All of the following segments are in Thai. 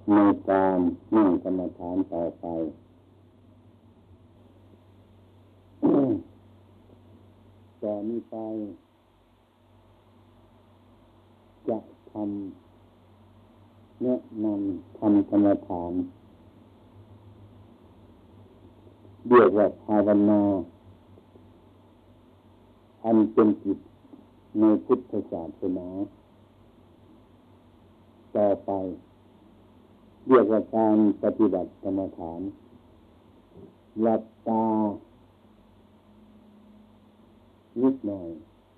ในการนั่งกรรมฐานต่อไป ต่อนนี้ไปจะทำแนะนำทำกรรมฐานเรียกว่าภาวนาอันเป็นกิจในพุทธศาสนาต่อไปเรียกว่าการปฏิบัติกรรมฐานหลับตานิดหน่อย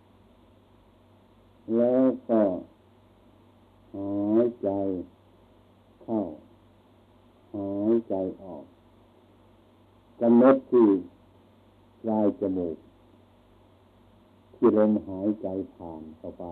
แล้วก็หายใจเข้าหายใจออกกำหนดที่ปลายจมูกที่ลมหายใจผ่านเข้าไป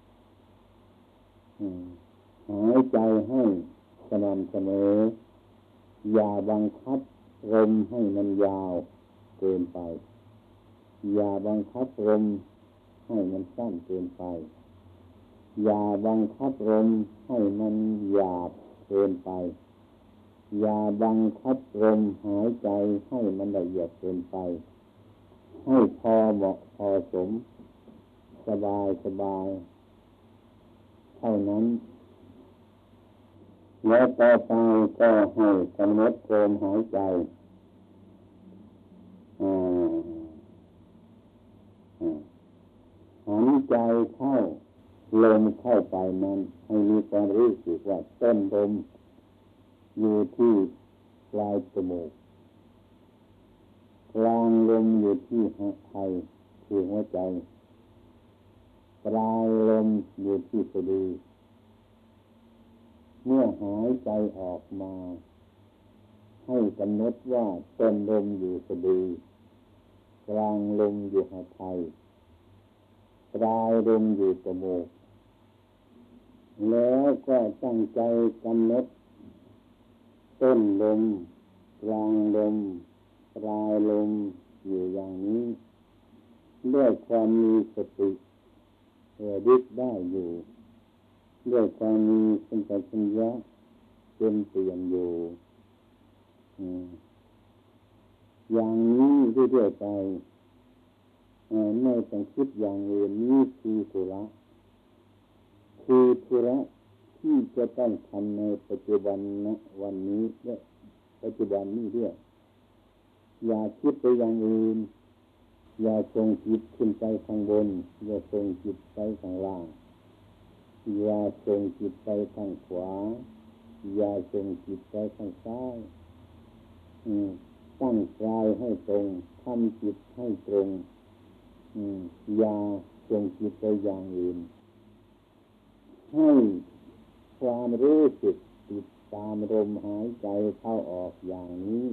หายใจให้สม่ำเสมออย่าบังคับลมให้มันยาวเกินไปอย่าบังคับลมให้มันสั้นเกินไปอย่าบังคับลมให้มันหยาบเกินไปอย่าบังคับลมหายใจให้มันละเอียดเกินไปให้พอเหมาะพอสมสบายเท่านั้นแล้วต่อไปก็ให้กำหนดลมหายใจหายใจเข้าลมเข้าไปนั้นให้มีความรู้สึกว่าต้นลมอยู่ที่ปลายจมูกกลางลมอยู่ที่หัวใจคือหัวใจปลายลมอยู่ที่สะดือเมื่อหายใจออกมาให้กำหนดว่าต้นลมอยู่สะดือกลางลมอยู่หัวใจปลายลมอยู่จมูกแล้วก็ตั้งใจกำหนดต้นลมกลางลมปลายลมอยู่อย่างนี้ด้วยความมีสติยึดได้อยู่ด้วยความมีสัมปชัญญะเป็นเปลี่ยนอยู่อย่างนี้เรื่อยๆไปไม่ต้องคิดอย่างอื่นนี่คือธุระที่จะต้องทำในปัจจุบันนะวันนี้และปัจจุบันนี้ด้วยอย่าคิดไปอย่างอื่นอย่าส่งจิตขึ้นไปข้างบนอย่าส่งจิตไปข้างล่างอย่าส่งจิตไปข้างขวาอย่าส่งจิตไปข้างซ้ายตั้งกายให้ตรงทำจิตให้ตรงอย่าส่งจิตไปอย่างอื่นให้ความรู้สึกติดตามลมหายใจเข้าออกอย่างนี้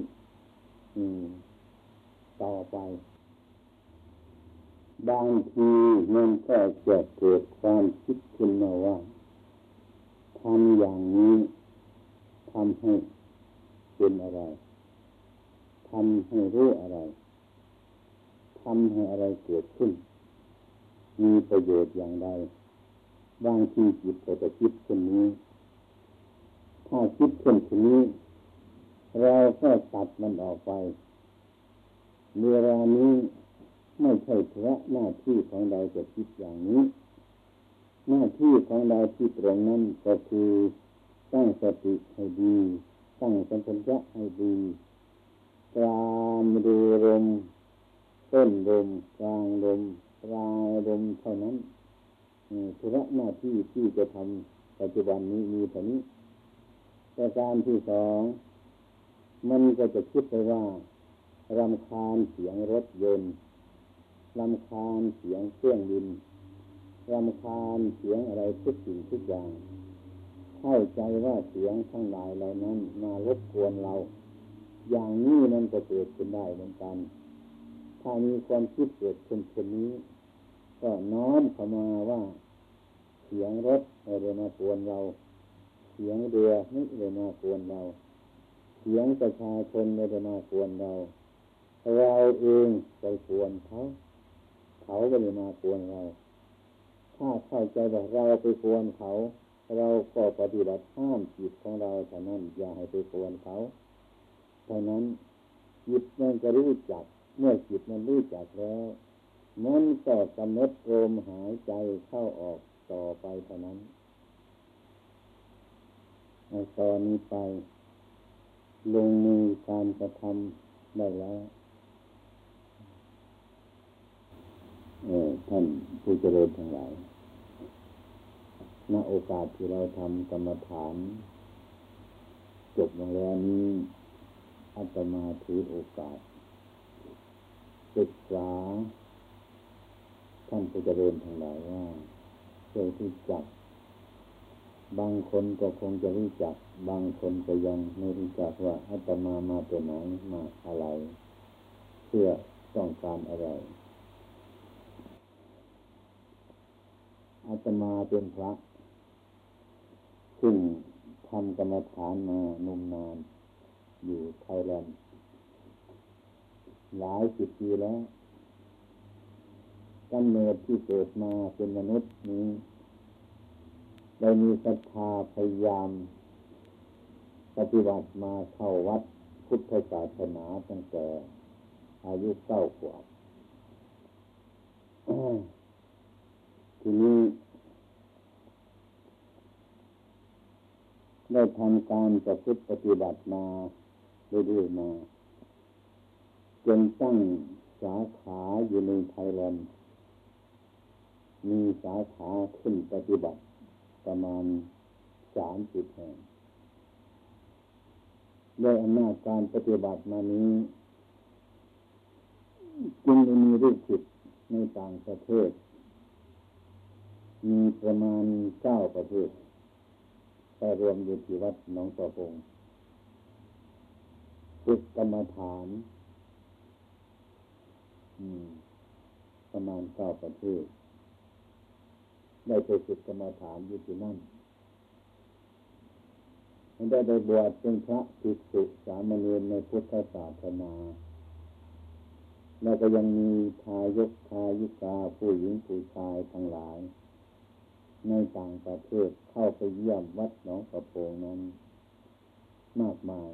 ต่อไปบางทีมันก็จะเกิดความคิดขึ้นมาว่าทำอย่างนี้ทำให้เป็นอะไรทำให้รู้อะไรทำให้อะไรเกิดขึ้นมีประโยชน์อย่างไรบางทีจิตก็จะคิดขึ้นนี้ถ้าคิดขึ้นนี้เราก็ตัดมันออกไปเวลานี้ไม่ใช่เพราะหน้าที่ของเราจะคิดอย่างนี้หน้าที่ของเราที่ตรงนั้นก็คือตั้งสติให้ดีตั้งสัมปชัญญะให้ดีตามดูลมต้นลมกลางลมปลายลมเท่านั้นเพราะหน้าที่ที่จะทำปัจจุบันนี้มีเท่านี้ประการที่สองมันก็จะคิดไปว่ารำคาญเสียงรถยนต์รำคาญเสียงเครื่องบินรำคาญเสียงอะไรทุกสิ่งทุกอย่างเข้าใจว่าเสียงทั้งหลายเหล่านั้นมารบกวนเราอย่างนี้มันก็เกิดขึ้นได้เหมือนกันถ้ามีความคิดเกิดขึ้นเช่นนี้ก็น้อมเข้ามาว่าเสียงรถไม่ได้มากวนเราเสียงเรือไม่ได้มากวนเราเสียงประชาชนไม่ได้มากวนเราเองไปกวนเขาไม่ได้มากวนเราถ้าเข้าใจว่าเราไปกวนเขาเราก็ปฏิบัติห้ามจิตของเราเท่านั้นอย่าให้ไปกวนเขาเท่านั้นจิตมันก็รู้จักเมื่อจิตมันรู้จักแล้วมันก็กำหนดลมหายใจเข้าออกต่อไปเท่านั้นตอนนี้ไปลงมือการกระทำได้แล้วท่านผู้เจริญทั้งหลายณโอกาสที่เราทำกรรมฐานจบลงแล้วนี้อาตมาถือโอกาสศึกษาท่านผู้เจริญทั้งหลายว่าเคยรู้จักบางคนก็คงจะรู้จักบางคนก็ยังไม่รู้จักว่าอาตมามาตัวไหนมาอะไรเพื่อต้องการอะไรอาตมาเป็นพระซึ่งทำกรรมฐานมานมนานอยู่ไทยแลนด์หลายสิบปีแล้วกำเนิดที่เกิดมาเป็นมนุษย์นี้ได้มีศรัทธาพยายามปฏิบัติมาเข้าวัดพุทธศาสนาตั้งแต่อายุ9 ขวบทีนี้ได้ทำการประพฤติปฏิบัติมาเรื่อยๆมาจนตั้งสาขาอยู่ในไทยแลนด์มีสาขาขึ้นปฏิบัติประมาณ30 แห่งด้วยอำนาจการปฏิบัติมานี้จึงมีลูกศิษย์ในต่างประเทศมีประมาณ9 ประเทศแต่รวมอยู่ที่วัดหนองประพงฝึกกรรมฐานประมาณ9 ประเทศได้ไปฝึกกรรมฐานอยู่ที่นั่นได้บวชเป็นพระภิกษุสามเณรในพุทธศาสนาแล้วก็ยังมีทายกทายิกาผู้หญิงผู้ชายทั้งหลายในต่างประเทศเข้าไปเยี่ยมวัดหนองประโพงนั้นมากมาย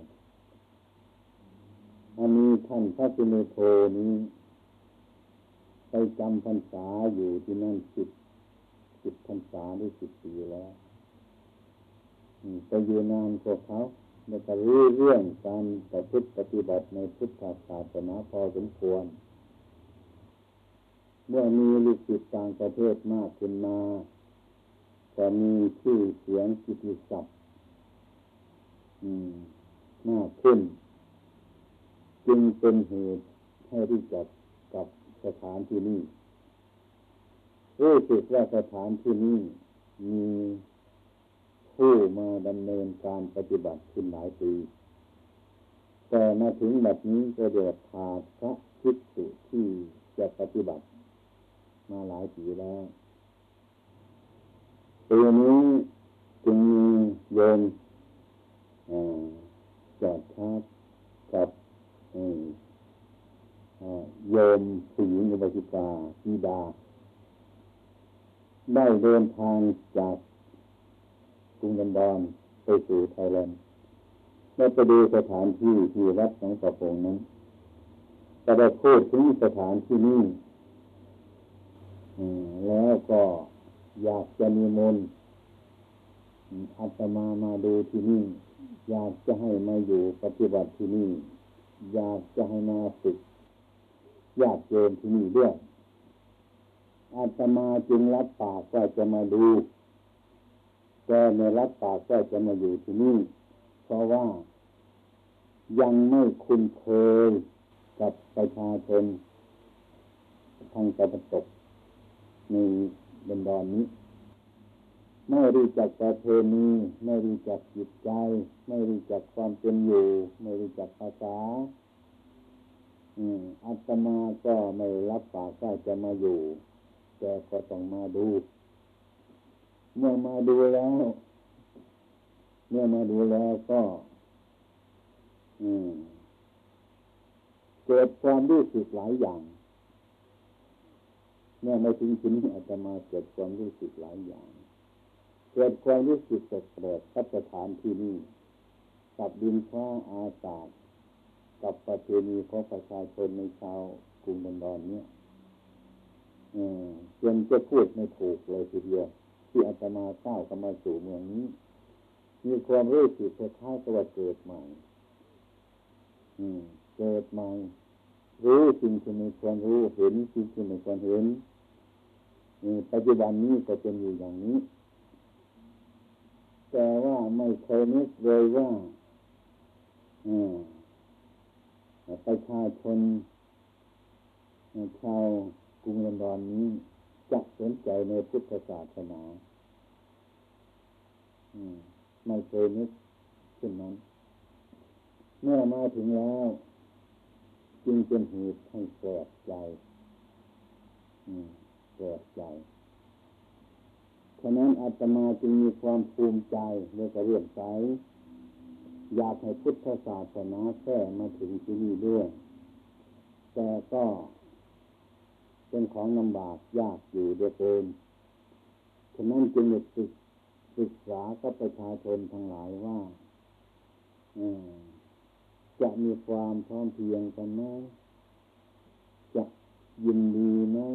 อันนี้ท่านพระสุเมโธนี้ไปจำพรรษาอยู่ที่นั่น10 พรรษาหรือ10 ปีแล้วไปอยู่นานกว่าเขาแล้วก็รู้เรื่องการประพฤติปฏิบัติในพุทธศาสนาพอสมควรเมื่อมีลูกศิษย์ต่างประเทศมากขึ้นมาก็มีชื่อเสียงกิตติศัพท์มากขึ้นจึงเป็นเหตุให้รู้จักกับสถานที่นี้รู้สึกว่าสถานที่นี้มีผู้มาดำเนินการปฏิบัติขึ้นหลายปีแต่มาถึงแบบนี้ก็เดือดขาดพระภิกษุที่จะปฏิบัติมาหลายปีแล้วปีนี้จึงมีโยมจอดชาร์จกับโยมผู้หญิงอุบาสิกาธิดาได้เดินทางจากกรุงลอนดอนไปสู่ไทยแลนด์ได้ไปดูสถานที่ที่วัดหนองประพงนั้นก็ได้พูดถึงสถานที่นี้แล้วก็อยากจะนิมนต์อาตมาดูที่นี่อยากจะให้มาอยู่ปฏิบัติที่นี่อยากจะให้มาฝึกญาติโยมที่นี่ด้วยอาตมาจึงรับปากว่าจะมาดูแต่ไม่รับปากว่าจะมาอยู่ที่นี่เพราะว่ายังไม่คุ้นเคยกับประชาชนทางตะวันตกในลอนดอนนี้ไม่รู้จักประเพณีไม่รู้จักจิตใจไม่รู้จักความเป็นอยู่ไม่รู้จักภาษาอาตมาก็ไม่รับปากว่าจะมาอยู่แต่ก็ต้องมาดูเมื่อมาดูแล้วก็เกิดความรู้สึกหลายอย่างเมื่อมาถึงที่นี้อาตมาเกิดความรู้สึกหลายอย่างเกิดความรู้สึกแปลกๆกับสถานที่นี้กับดินฟ้าอากาศกับประเพณีของประชาชนในชาวกรุงลอนดอนเนี่ยจนจะพูดไม่ถูกเลยทีเดียวที่อาตมาก้าวเข้ามาสู่เมืองนี้มีความรู้สึกคล้ายๆกับว่าเกิดใหม่เกิดใหม่รู้สิ่งที่ไม่ควรรู้เห็นสิ่งที่ไม่ควรเห็นปัจจุบันนี้ก็เป็นอยู่อย่างนี้แต่ว่าไม่เคยนึกเลยว่าประชาชนชาวกรุงลอนดอนนี้จะสนใจในพุทธศาสนาไม่เคยนึกเช่นนั้นเมื่อมาถึงแล้วจึงเป็นเหตุให้แปลกใจแปลกใจฉะนั้นอาตมาจึงมีความภูมิใจในกระเรื่องใจอยากให้พุทธศาสนาแท้มาถึงที่นี่ด้วยแต่ก็เป็นของลำบากยากอยู่เหลือเกินฉะนั้นจึงศึกษากับประชาชนทั้งหลายว่าจะมีความพร้อมเพรียงกันไหมจะยินดีไหม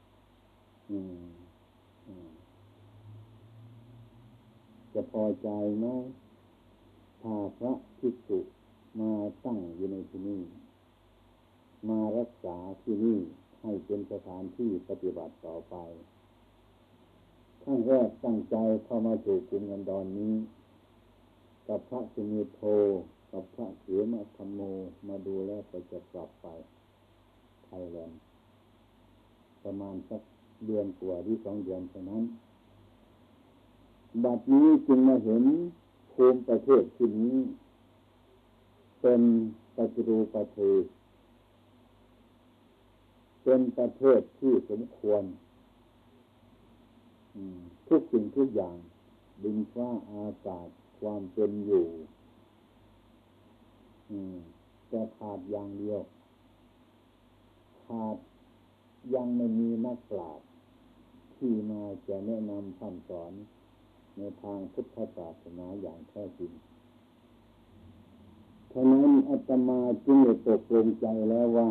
จะพอใจไหมถ้าพระภิกษุมาตั้งอยู่ในที่นี้มารักษาที่นี่ให้เป็นสถานที่ปฏิบัติต่อไปขั้นแรกตั้งใจเข้ามาสู่กรุงลอนดอนนี้กับพระสุเมโธกับพระเขมธัมโมมาดูแลก็จะกลับไปไทยแลนด์ประมาณสักเดือนกว่าหรือ2 เดือนเท่านั้นบัดนี้จึงมาเห็นภูมิประเทศที่นี้เป็นปัจจุบันประเทศเป็นประเทศที่สมควรทุกสิ่งทุกอย่างดินฟ้าอากาศความเป็นอยู่แต่ขาดอย่างเดียวขาดยังไม่มีนักปราชญ์ที่มาจะแนะนำคำสอนในทางพุทธศาสนาอย่างแท้จริงฉะนั้นอาตมาจึงได้ตกลงใจแล้วว่า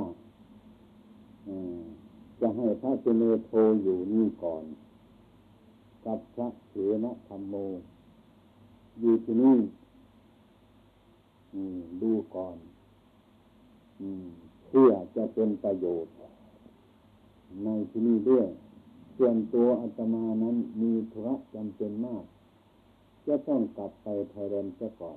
จะให้พระสุเมโธอยู่นี่ก่อนกับพระเถรธัมโมอยู่ที่นี่ดูก่อนเพื่อจะเป็นประโยชน์ในที่นี้ด้วยส่วนตัวอาตมานั้นมีธุระจำเป็นมากจะต้องกลับไปไทยแลนด์ซะก่อน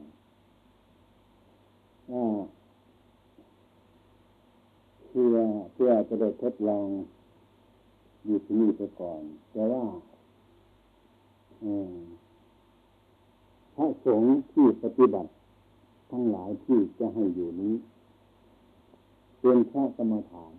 เพื่อจะได้ทดลองอยู่ที่นี่ซะก่อนแต่ว่าพระสงฆ์ที่ปฏิบัติทั้งหลายที่จะให้อยู่นี้เป็นพระกรรมฐาน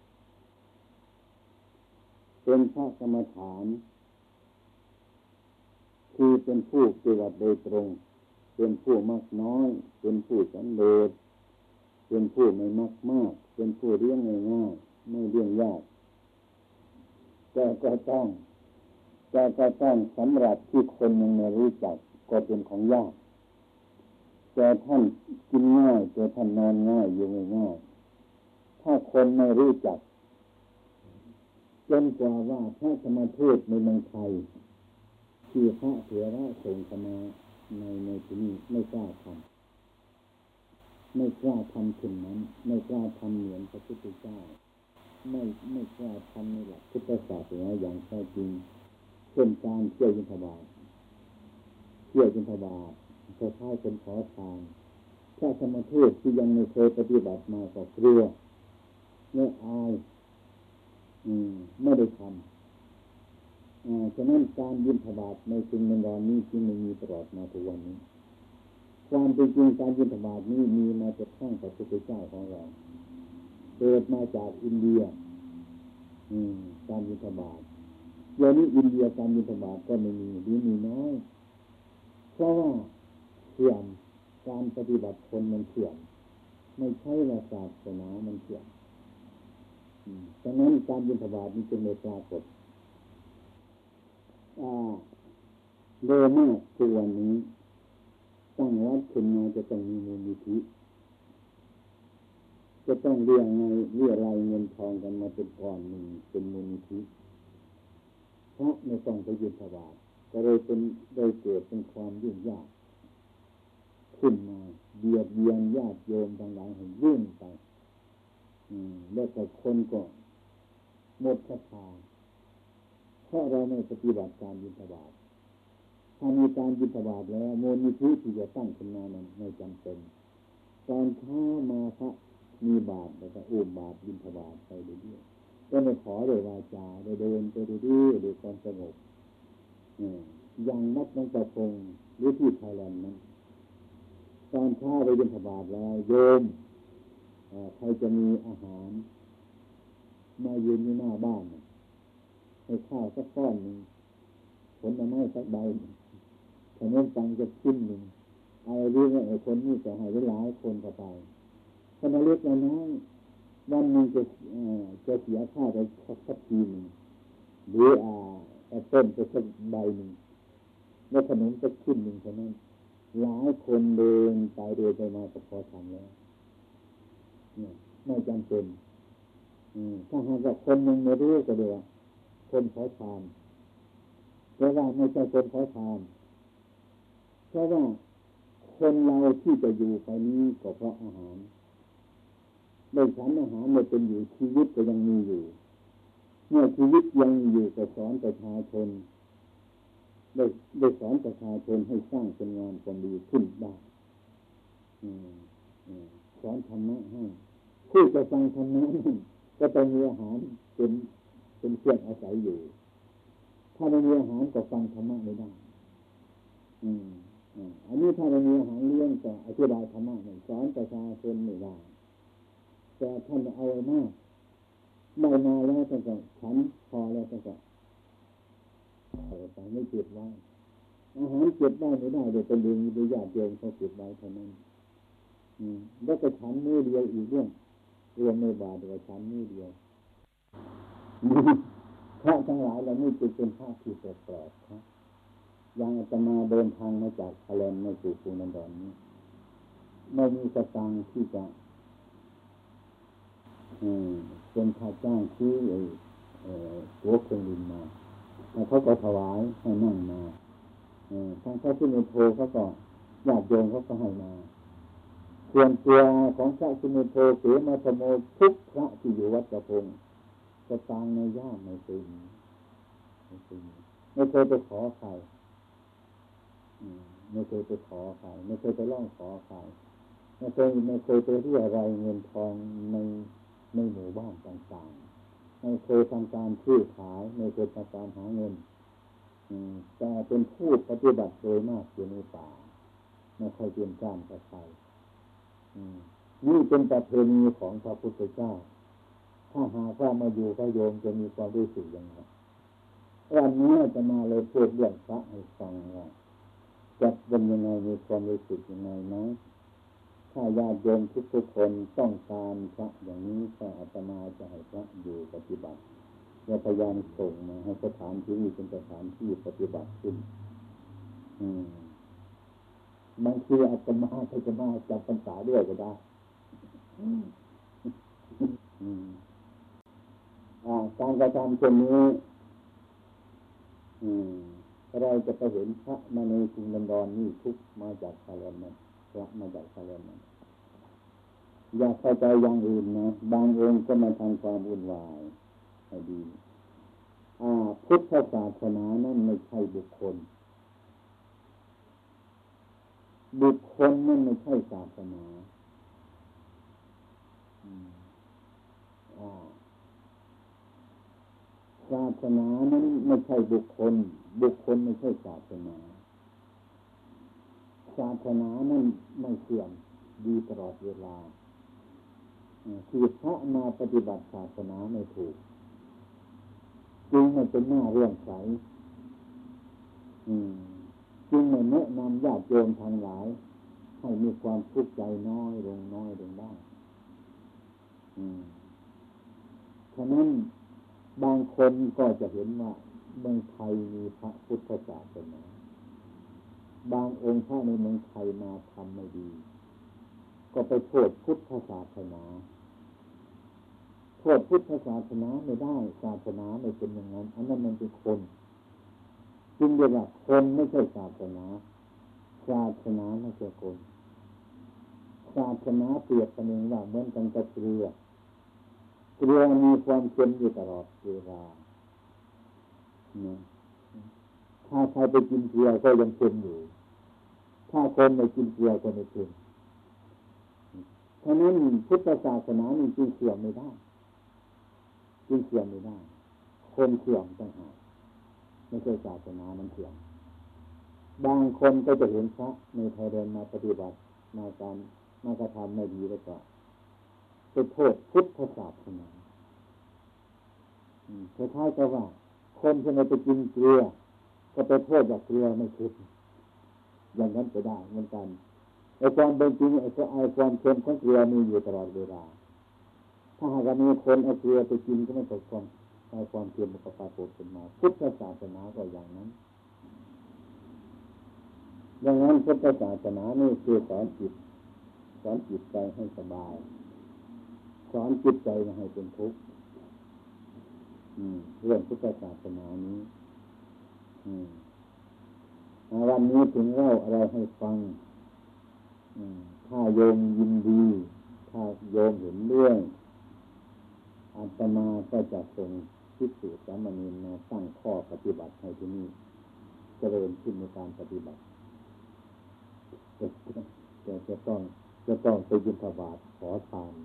คือเป็นผู้ปฏิบัติโดยตรงเป็นผู้มักน้อยเป็นผู้สันโดษเป็นผู้ไม่มักมากเป็นผู้เลี้ยงง่ายๆไม่เลี้ยงยากแต่ก็ต้องสำหรับที่คนยังไม่รู้จักก็เป็นของยากแต่ท่านกินง่ายแต่ท่านนอนง่ายอยู่ง่ายๆถ้าคนไม่รู้จักจนกว่าว่าพระธรรมทูตในเมืองไทยที่พระเถระส่งมาในที่นี้ไม่กล้าทำถึงนั้นไม่กล้าทำเหมือนพระพุทธเจ้าไม่กล้าทำในหลักพุทธศาสนาอย่างแท้จริงเช่นการเที่ยวบิณฑบาตคล้ายๆเป็นขอทานพระธรรมทูตที่ยังไม่เคยปฏิบัติมาก็กลัวไม่อายไม่ได้ทำฉะนั้นการบิณฑบาตในกรุงลอนดอนนี้จึงไม่มีตลอดมาถึงวันนี้ความเป็นจริงการบิณฑบาตนี้มีมาจากข้างพระพุทธเจ้าของเราเกิดมาจากอินเดียการบิณฑบาตเดี๋ยวนี้อินเดียการบิณฑบาตก็ไม่มีหรือมีน้อยเพราะว่าเสื่อมการปฏิบัติคนมันเสื่อมไม่ใช่ว่าศาสนามันเสื่อมฉะนั้นการบิณฑบาตนี้จึงไม่ปรากฏโดยมากทุกวันนี้ตั้งวัดขึ้นมาจะต้องมีมูลนิธิจะต้องเรียรายเงินทองกันมาเป็นก้อนหนึ่งเป็นมูลนิธิเพราะไม่ต้องไปบิณฑบาตก็เลยเกิดเป็นความยุ่งยากขึ้นมาเบียดเบียนญาติโยมต่างๆให้ยุ่งไปแล้วแต่คนก็หมดศรัทธาเพราะเราไม่ปฏิบัติการบิณฑบาตถ้ามีการบิณฑบาตแล้วมูลนิธิที่จะตั้งขึ้นมานั้นไม่จำเป็นตอนเช้ามาพระมีบาตรแล้วก็อุ้มบาตรบิณฑบาตไปเรื่อยๆก็ไม่ขอโดยวาจาโดยเดินไปเรื่อยๆโดยความสงบอย่างนักประพงหรือที่ไทยแลนด์นั้นตอนเช้าไปบิณฑบาตแล้วโยมใครจะมีอาหารมายืนอยู่หน้าบ้านให้ข้าวสักก้อนหนึ่งผลไม้สักใบขนมปังจะชิ้นหนึ่งอะไรเรื่องไอ้คนนี้จะให้หลายคนเข้าไปคนเล็กน้อยวันนึงจะเสียข้าวไปสักทีหนึ่งหรือแอปเปิ้ลไปสักใบหนึ่งแล้วขนมสักชิ้นหนึ่งเท่านั้นหลายคนเดินไปเดินไปมาก็พอทำแล้วไม่จำเป็นถ้าหากว่าคนยังไม่รู้ก็เดี๋ยวคนขอทานเพราะว่าไม่ใช่คนขอทานเพราะว่าคนเราที่จะอยู่ไปนี้ก็เพราะอาหารได้ฉันอาหารไม่เป็นอยู่ชีวิตก็ยังมีอยู่เมื่อชีวิตยังอยู่ก็สอนประชาชนได้สอนประชาชนให้สร้างเป็นงานความดีขึ้นได้สอนธรรมะให้ผู้จะฟังธรรมะก็ต้องมีอาหารเป็นเครื่องอาศัยอยู่ถ้าไม่มีอาหารก็ฟังธรรมะไม่ได้อันนี้ถ้าไม่มีอาหารเลี้ยงก็อธิบายธรรมะไม่สอนประชาชนไม่ได้แต่ท่านเอาไว้มากไม่มาแล้วท่านก็ฉันพอแล้วท่านก็ไปไม่เก็บไว้อาหารเก็บได้ไม่ได้เดี๋ยวเป็นเรื่องมีญาติโยมเขาเก็บไว้เท่านั้นแล้วก็ฉันมื้อเดียวอีกเรื่องรวมในบาตรด้วยฉันมื้อเดียวพระทั้งหลายเราไม่เป็นพระที่แปลกๆครับยังจะมาเดินทางมาจากทะเลมาสู่กรุงลอนดอนนี้ไม่มีสตางค์ที่จะเป็นค่าจ้างที่ตัวเครื่องบินมาเขาก็ถวายให้นั่งมาทางพระสุเมโธเขาก็ญาติโยมเขาก็ให้มาส่วนตัวของพระสุเมโธเสมาธโมทุกพระที่อยู่วัดประพงสตางค์ในย่ามไม่เคยไปขอใครไม่เคยไปขอใครไม่เคยไปร้องขอใครไม่เคยไปเรียรายเงินทองในหมู่บ้านต่างๆไม่เคยทำการซื้อขายไม่เคยทำการหาเงินแต่เป็นผู้ปฏิบัติโดยมากอยู่ในป่าไม่เคยเปลี่ยนจ้างกับใครนี่เป็นประเพณีของพระพุทธเจ้าถ้าหากว่ามาอยู่กับโยมจะมีความรู้สึกยังไงวันนี้จะมาเลยพูดเรื่องพระให้ฟังว่าจะเป็นยังไงมีความรู้สึกยังไงนะถ้าญาติโยมทุกคนต้องการพระอย่างนี้ก็อาตมาจะให้พระอยู่ปฏิบัติและพยายามส่งมาให้สถานที่นี้เป็นสถานที่ปฏิบัติขึ้นบางทีอาตมาจะมาจับพรรษาด้วยก็ได้การกระทำเช่นนี้เราจะไปเห็นพระมาในกรุงลอนดอนนี่ทุกมาจากทะเลนั้นพระมาจากทะเลนั้นอย่าเข้าใจอย่างอื่นนะบางองค์ก็มาทำความวุ่นวายให้ดีพุทธศาสนานั้นไม่ใช่บุคคลนั้นไม่ใช่ศาสนาศาสนานั้นไม่ใช่บุคคลไม่ใช่ศาสนาศาสนานั้นไม่เสื่อมดีตลอดเวลาที่พระมาปฏิบัติศาสนาไม่ถูกจึงไม่เป็นหน้าเรื่องใสจึงไม่แนะนำญาติโยมทั้งหลายให้มีความทุกข์ใจน้อยลงได้ฉะนั้นบางคนก็จะเห็นว่าเมืองไทยมีพระพุทธศาสนาบางองค์พระในเมืองไทยมาทำไม่ดีก็ไปโทษพุทธศาสนาโทษพุทธศาสนาไม่ได้ศาสนาไม่เป็นอย่างนั้นอันนั้นมันเป็นคนจึงเรียกว่าคนไม่ใช่ศาสนาศาสนาไม่ใช่คนศาสนาเปรียบกันเองว่าเหมือนกันกับเกลือมีความเค็มอยู่ตลอดเวลาถ้าใครไปกินเกลือก็ยังเค็มอยู่ถ้าคนไม่กินเกลือก็ไม่เค็มเพราะนั้นพุทธศาสนานี่จึงเสื่อมไม่ได้คนเสื่อมต่างหากไม่ใช่ศาสนามันเสื่อมบางคนก็จะเห็นพระในไทยเดินมาปฏิบัติมากระทำไม่ดีแล้วก็ไปโทษพุทธศาสนาคล้ายๆกับว่าคนที่ไม่ไปกินเกลือก็ไปโทษว่าเกลือไม่เค็มอย่างนั้นก็ได้เหมือนกันไอ้ความเป็นจริงไอ้ความเค็มของเกลือมีอยู่ตลอดเวลาถ้าหากมีคนเอาเกลือไปกินก็ไม่ตกความเค็มมันก็ปรากฏขึ้นมาพุทธศาสนาก็อย่างนั้นพุทธศาสนานี่คือสอนจิตใจให้สบายสอนจิตใจไม่ให้เป็นทุกข์เรื่องพุทธศาสนานี้วันนี้ถึงเล่าอะไรให้ฟังถ้าโยมยินดีถ้าโยมเห็นเรื่องอาตมาก็จะส่งภิกษุสามเณรมาตั้งข้อปฏิบัติให้ที่นี่เจริญขึ้นในการปฏิบัติจะต้องไปบิณฑบาตขอทาน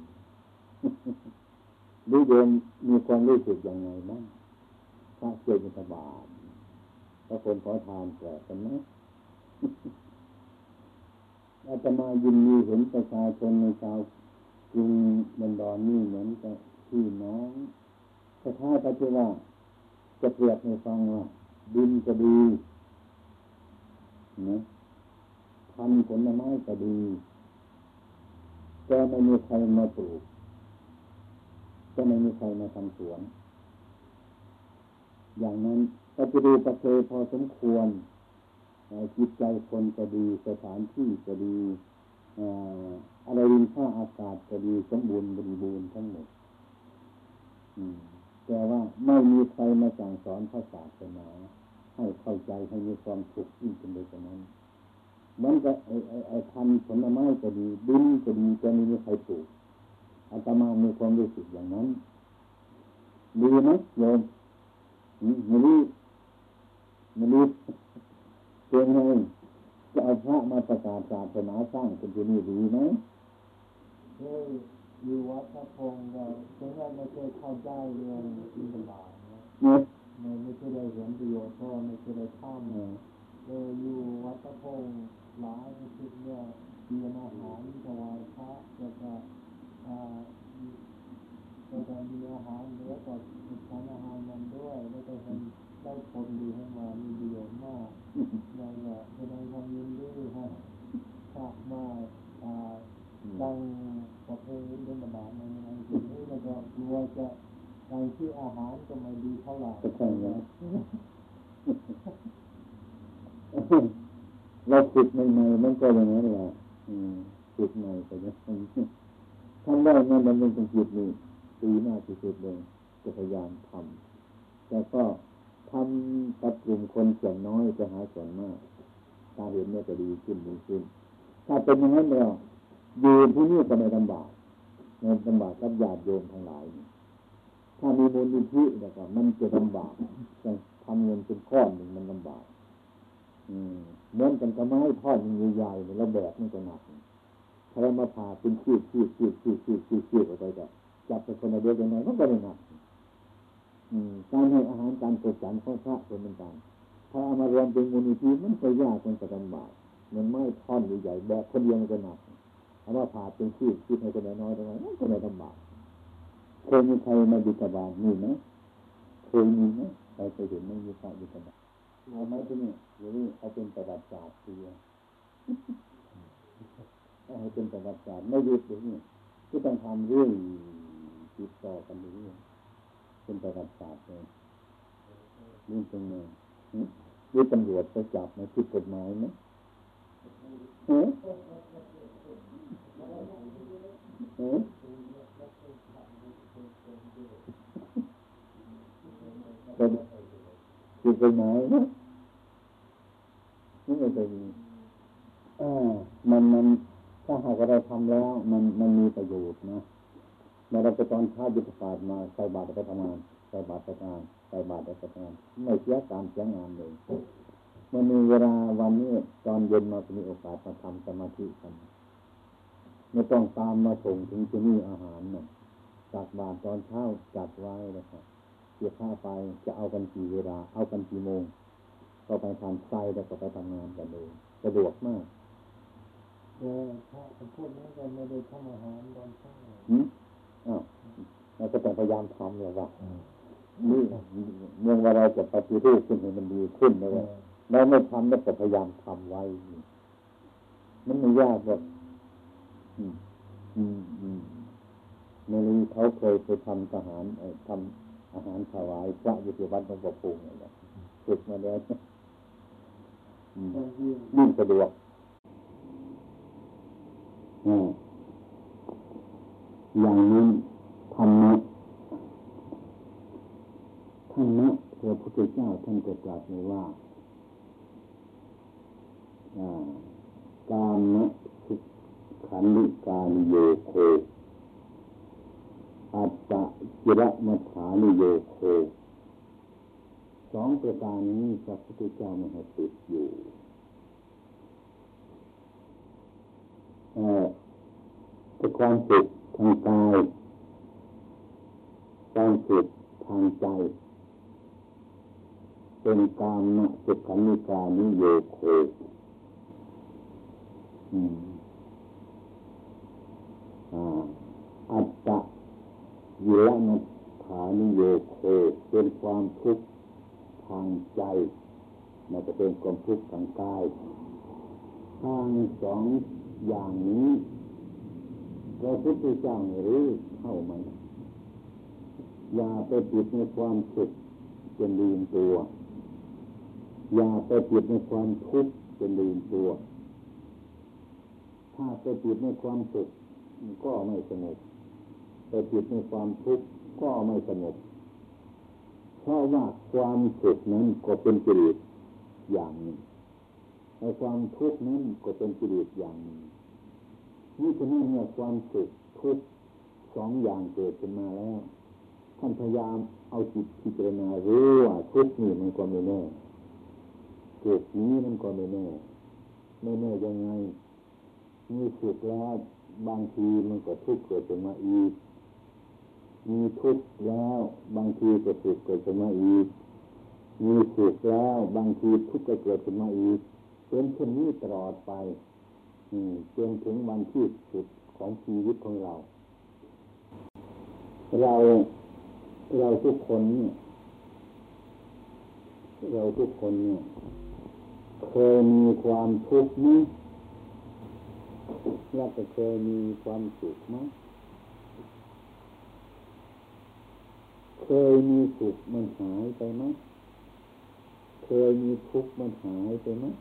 หรือโยมมีความรู้สึกยังไงบ้างถ้าเจอบิณฑบาตถ้าคนขอทานแปลกกันไหมอาตมายินดีเห็นประชาชนในชาวกรุงบันดอนนี่เหมือนกับพี่น้องคล้ายๆกับที่ว่าจะเปรียบให้ฟังว่าดินก็ดีนะพันธุ์ผลไม้ก็ดีแต่ไม่มีใครมาปลูกก็ไม่มีใครมาทำสวนอย่างนั้นก็จะดูประเทศพอสมควรจิตใจคนก็ดีสถานที่ก็ดีอะไรดินฟ้าอากาศก็ดีสมบูรณ์บริบูรณ์ทั้งหมดแต่ว่าไม่มีใครมาสั่งสอนพระศาสนาให้เข้าใจให้มีความสุขยิ่งขึ้นไปกว่านั้นมันก็ไอ้พันธุ์ผลไม้ก็ดีดินก็ดีแต่ไม่มีใครปลูกอาตมามีความรู้สึกอย่างนั้นดีไหมโยมไม่รู้เป็นไงจะเอาพระมาประกาศศาสนาสร้างเป็นที่นี่ดีไหมอยู่วัดพระพงศ์เราถึงเราไม่เคยเข้าใจเรื่องอินทบาทนะไม่เคยได้เห็นประโยชน์เพราะไม่เคยได้ทำอยู่วัดพระพงศ์หลายสิบเนี่ยมีอาหารถวายพระแล้วก็มีอาหารเหลือก็ทานอาหารมันด้วยแล้วก็ได้ผลดีให้มามีประโยชน์มากนั่นแหละแสดงความยินดีให้พระมาตั้งประเพณีธรรมดาในจุดนี้แล้วก็กลัวจะการที่อาหารก็ไม่ดีเท่าไหร่ใช่ไหมเราฝึกใหม่ๆมันก็อย่างนั้นแหละฝึกใหม่แต่ยังทำได้นั่นมันเป็นจิตนี่ดีมากที่สุดเลยจะพยายามทำแต่ก็ทำกับกลุ่มคนส่วนน้อยจะหาส่วนมากตาเห็นเนี่ยจะดีขึ้นถ้าเป็นอย่างนั้นเราอยู่ที่นี่ก็ไม่ลำบากกับญาติโยมทั้งหลายถ้ามีมูลนิธินะครับมันจะลำบากจะทำเงินเป็นก้อนหนึ่งมันลำบากเหมือนกันกับไม้ท่อนใหญ่ๆแล้วแบกมันจะหนักถ้าเรามาผ่าเป็นขีดออกไปก็จับเป็นคนละเดียวกันไหนมันก็ไม่หนักการให้อาหารการปลูกสรรของพระเป็นเหมือนกันถ้าเอามารวมเป็นมูลนิธิมันก็ยากมันจะลำบากเหมือนไม้ท่อนใหญ่ๆแบกคนเดียวมันก็หนักเอามาผ่าเป็นขีดให้คนน้อยๆตรงนั้นมันก็ไม่ลำบากเคยมีใครมาบิณฑบาตนี่ไหมเคยมีไหมใครเคยเห็นไหมมีพระบิณฑบาตเอาไหมที่นี่หรือเอาเป็นประวัติศาสตร์ทีเดียวให้เป็นประวัติศาสตร์ไม่หยุดเลยนี่ที่ต้องทำเรื่องติดต่อกันเรื่อยเป็นประวัติศาสตร์เลยนี่ตรงนี้นี่ตำรวจไปจับมาผิดกฎหมายไหมคือไปไหนนะไม่เคยมีมันถ้าหากเราทำแล้วมันมีประโยชน์นะเมื่อเราไปตอนเช้าบิณฑบาตมาใส่บาตรไปทำงานใส่บาตรไปทำงานใส่บาตรไปทำงานไม่เสียการเสียงานเลยมันมีเวลาวันนี้ตอนเย็นมาจะมีโอกาสมาทำสมาธิกันไม่ต้องตามมาส่งถึงที่นี่อาหารน่ะจากบาตรตอนเช้าจัดไว้แล้วครับเกี่ยวข้าไปจะเอากันกี่เวลาเอากันกี่โมงก็ไปทำไส้แล้วก็ไปทำงานกันเลยสะดวกมากถ้าพวกนี้ก็ไม่ได้ทำอาหารตอนเช้าเราก็ต้องพยายามทำเลยว่านี่เมื่อว่าเราจะปฏิรูปขึ้นให้มันดีขึ้นเลยเราไม่ทำแล้วก็พยายามทำไว้มันไม่ยากหรอกเมื่อนี้เขาเคยไปทำทหารทำอาหารถวายพระอยู่ที่วัดหลวงปู่ปูอะไรฝึกมาแล้วยิ่งสะดวกอย่างนั้นธรรมะพระพุทธเจ้าท่านก็ตรัสไว้ว่ากามสุขันธิกานิโยโคอัตตกิรมัฏฐานิโยโคสองประการนี้พระพุทธเจ้าไม่ให้ติดอยู่แต่ความสุขทางกายความสุขทางใจเป็นกามสุขันธิกานิโยโคอัตตกิรมัฏฐานิโยโคเป็นความทุกข์ทางใจมันจะเป็นความทุกข์ทางกายทางสองอย่างนี้พระพุทธเจ้ารู้เข้าไหมอย่าไปติดในความสุขจนลืมตัวอย่าไปติดในความทุกข์จนลืมตัวถ้าไปติดในความสุขก็ไม่สงบไปติดในความทุกข์ก็ไม่สงบเพราะว่าความสุขนั้นก็เป็นกิเลสอย่างหนึ่งในความทุกข์นั้นก็เป็นกิเลสอย่างหนึ่งนี่ฉะนั้นเนี่ยความสุขทุกข์สองอย่างเกิดขึ้นมาแล้วท่านพยายามเอาจิตพิจารณารู้ว่าทุกข์นี่มันก็ไม่แน่เกิดนี้มันก็ไม่แน่ยังไงมีสุขแล้วบางทีมันก็ทุกข์เกิดขึ้นมาอีกมีทุกข์แล้วบางทีก็สุขเกิดขึ้นมาอีกมีสุขแล้วบางทีทุกข์ก็เกิดขึ้นมาอีกเป็นเช่นนี้ตลอดไปจนถึงวันที่สุดของชีวิตของเราทุกคนเนี่ยเคยมีความทุกข์ไหมแล้วก็เคยมีความสุขไหมเคยมีสุขมันหายไปไหมเคยมีทุกข์มันหายไปไหม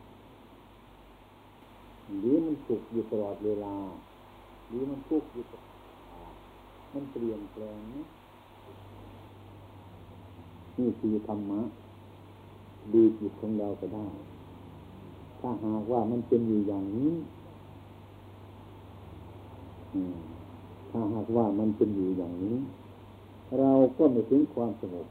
หรือมันสุขอยู่ตลอดเวลาหรือมันทุกข์อยู่ตลอดมันเปลี่ยนแปลงนะนี่คือธรรมะดีจิตของเราก็ได้ถ้าหากว่ามันเป็นอยู่อย่างนี้ถ้าหากว่ามันเป็นอยู่อย่างนี้เราก็ไม่ถึงความสงบ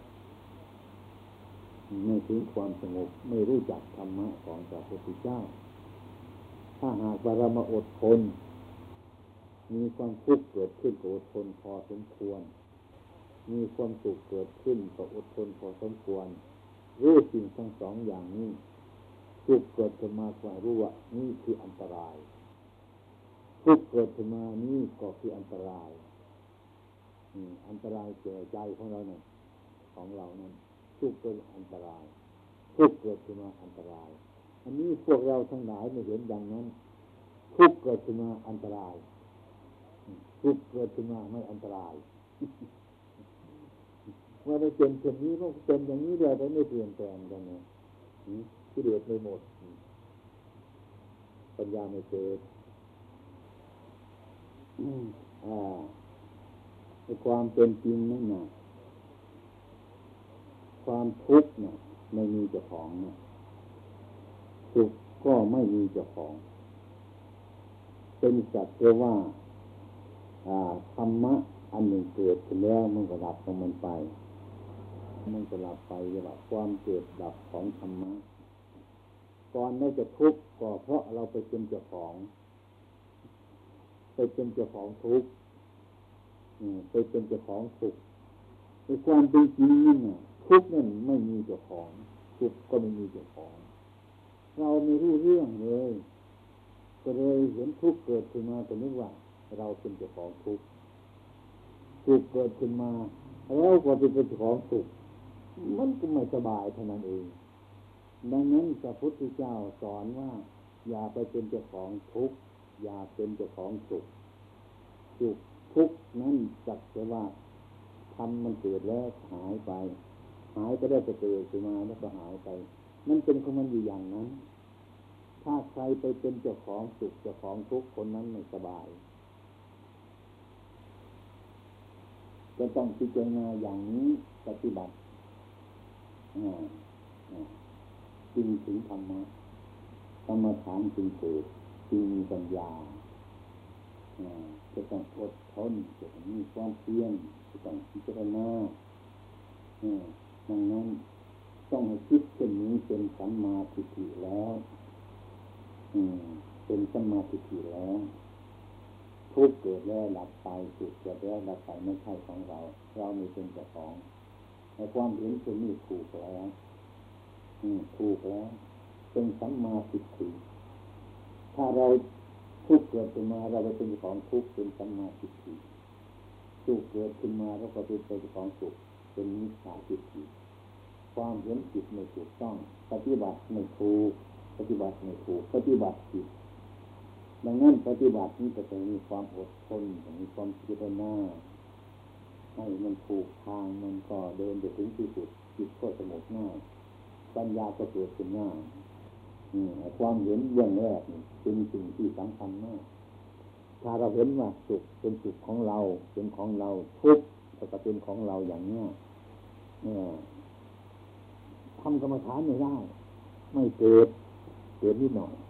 ไม่รู้จักธรรมะของพระพุทธเจ้าถ้าหากว่าเรามาอดทนมีความทุกข์เกิดขึ้นก็อดทนพอสมควรมีความสุขเกิดขึ้นก็อดทนพอสมควรรู้สิ่งทั้งสองอย่างนี้ทุกข์เกิดขึ้นมาก็รู้ว่านี่คืออันตรายทุกข์เกิดขึ้นมานี่ก็คืออันตรายอันตรายแก่ใจของเราเนี่ยของเรานั้นทุกข์เป็นอันตรายทุกข์เกิดขึ้นมาอันตรายอันนี้พวกเราทั้งหลายไม่เห็นดังนั้นทุกข์เกิดขึ้นมาอันตรายทุกข์เกิดขึ้นมาไม่อันตรายว่าไม่เป็นเช่นนี้มันเป็นอย่างนี้เดียวแต่ไม่เปลี่ยนแปลงกันนะกิเลสไม่หมดปัญญาไม่เกิดในความเป็นจริงนั่นน่ะความทุกข์เนี่ยไม่มีเจ้าของนะสุขก็ไม่มีเจ้าของเป็นสัจจะว่าธรรมะอันหนึ่งเกิดขึ้นแล้วมันก็ดับของมันไปมันก็ดับไปเรียกว่าความเกิดดับของธรรมะก่อนไม่จะทุกข์ก็เพราะเราไปเป็นเจ้าของไปเป็นเจ้าของทุกข์ไปเป็นเจ้าของสุขในความเป็นจริงนี่เนี่ยทุกข์นั่นไม่มีเจ้าของสุขก็ไม่มีเจ้าของเราไม่รู้เรื่องเลยก็เลยเห็นทุกข์เกิดขึ้นมาก็นึกว่าเราเป็นเจ้าของทุกข์สุขเกิดขึ้นมาเราก็เป็นเจ้าของสุขมันก็ไม่สบายเท่านั้นเองดังนั้นพระพุทธเจ้าสอนว่าอย่าไปเป็นเจ้าของทุกข์อย่าเป็นเจ้าของสุขสุขทุกข์นั้นจักแต่ว่าทำมันเกิดแล้วหายไปหายก็ได้จะเกิดขึ้นมาแล้วก็หายไปมันเป็นของมันอยู่อย่างนั้นถ้าใครไปเป็นเจ้าของสุขเจ้าของทุกข์คนนั้นไม่สบายจะต้องพิจารณาอย่างนี้ปฏิบัติจึงถึงธรรมะกรรมฐานจึงเกิดจึงมีปัญญาจะต้องอดทนจะต้องมีความเพียรจะต้องพิจารณาดังนั้นต้องให้คิดเช่นนี้เป็นสัมมาทิฏฐิแล้วเป็นสัมมาทิฏฐิแล้วทุกข์เกิดแล้วดับไปสุขเกิดแล้วดับไปไม่ใช่ของเราเราไม่เป็นเจ้าของในความเห็นเช่นนี้ถูกแล้วถูกแล้วเป็นสัมมาทิฏฐิถ้าเราทุกข์เกิดขึ้นมาเราไปเป็นเจ้าของทุกข์เป็นสัมมาทิฏฐิสุขเกิดขึ้นมาเราก็เป็นเจ้าของสุขเป็นมิจฉาทิฏฐิความเห็นผิดไม่ถูกต้องปฏิบัติไม่ถูกปฏิบัติไม่ถูกปฏิบัติผิดดังนั้นปฏิบัตินี้จะต้องมีความอดทนต้องมีความพิจารณาให้มันถูกทางมันก็เดินไปถึงที่สุดจิตก็สงบง่ายปัญญาก็เกิดขึ้นง่ายความเห็นเรื่องแรกนี่เป็นสิ่งที่สำคัญมากถ้าเราเห็นว่าสุขเป็นสุขของเราเป็นของเราทุกข์ก็เป็นของเราอย่างนี้ทำกรรมฐานไม่ได้ไม่เกิดนิดหน่อย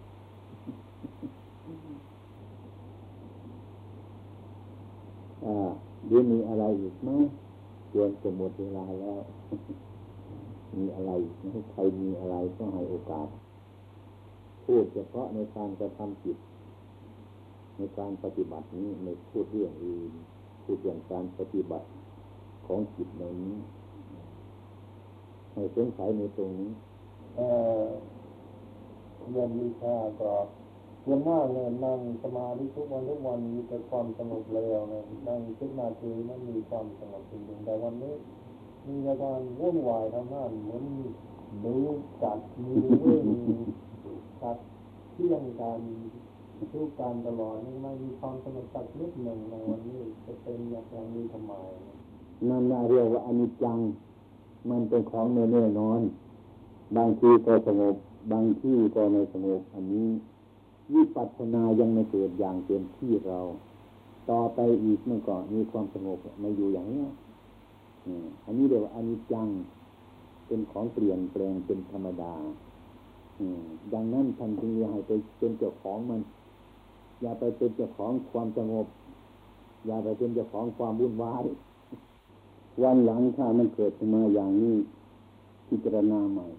เดี๋ยวมีอะไรอีกไหมจวนจะหมดเวลาแล้วมีอะไรอีกไหมใครมีอะไรก็ให้โอกาสพูดเฉพาะในการกระทำจิตในการปฏิบัตินี้ไม่พูดเรื่องอื่นพูดเรื่องการปฏิบัติของจิตในนี้ให้สงสัยในตรงนี้เรียนวิชาก็เรียนมากเนี่ยนั่งสมาธิทุกวันมีแต่ความสงบแล้วเนี่ยนั่ง10 นาทีนั้นมีความสงบจริงๆแต่วันนี้มีอาการวุ่นวายทางนั้นเหมือนดูจัดมีวิ่งจัดเที่ยงกันทุกการตลอดไม่มีความสงบสักนิดหนึ่งในวันนี้จะเป็นอย่างนี้ทำไมนั่นเรียกว่าอนิจจังมันเป็นของไม่แน่นอนบางทีก็สงบบางที่ก็ไม่สงบอันนี้วิปัสสนายังไม่เกิดอย่างเต็มที่เราต่อไปอีกมันก็มีความสงบมาอยู่อย่างนี้อันนี้เรียกว่าอนิจจังเป็นของเปลี่ยนแปลงเป็นธรรมดาดังนั้นท่านจึงอย่าให้ไปเป็นเจ้าของมันอย่าไปเป็นเจ้าของความสงบอย่าไปเป็นเจ้าของความวุ่นวายวันหลังถ้ามันเกิดขึ้นมาอย่างนี้พิจารณาใหม่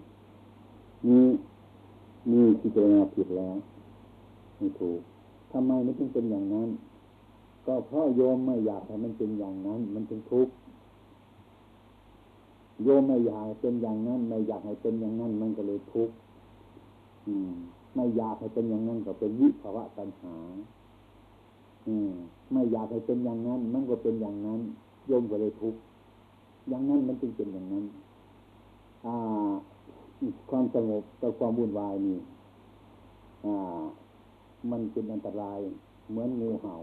นี่พิจารณาผิดแล้วไม่ถูกทำไมมันจึงเป็นอย่างนั้นก็เพราะโยมไม่อยากให้มันเป็นอย่างนั้นมันจึงทุกข์โยมไม่อยากให้เป็นอย่างนั้นไม่อยากให้เป็นอย่างนั้นมันก็เลยทุกข์ไม่อยากให้เป็นอย่างนั้นก็เป็นวิภวะตัณหาไม่อยากให้เป็นอย่างนั้นมันก็เป็นอย่างนั้นโยมก็เลยทุกข์อย่างนั้นมันจึงเป็นอย่างนั้นความสงบกับความวุ่นวายนี่มันเป็นอันตรายเหมือนงูเห่า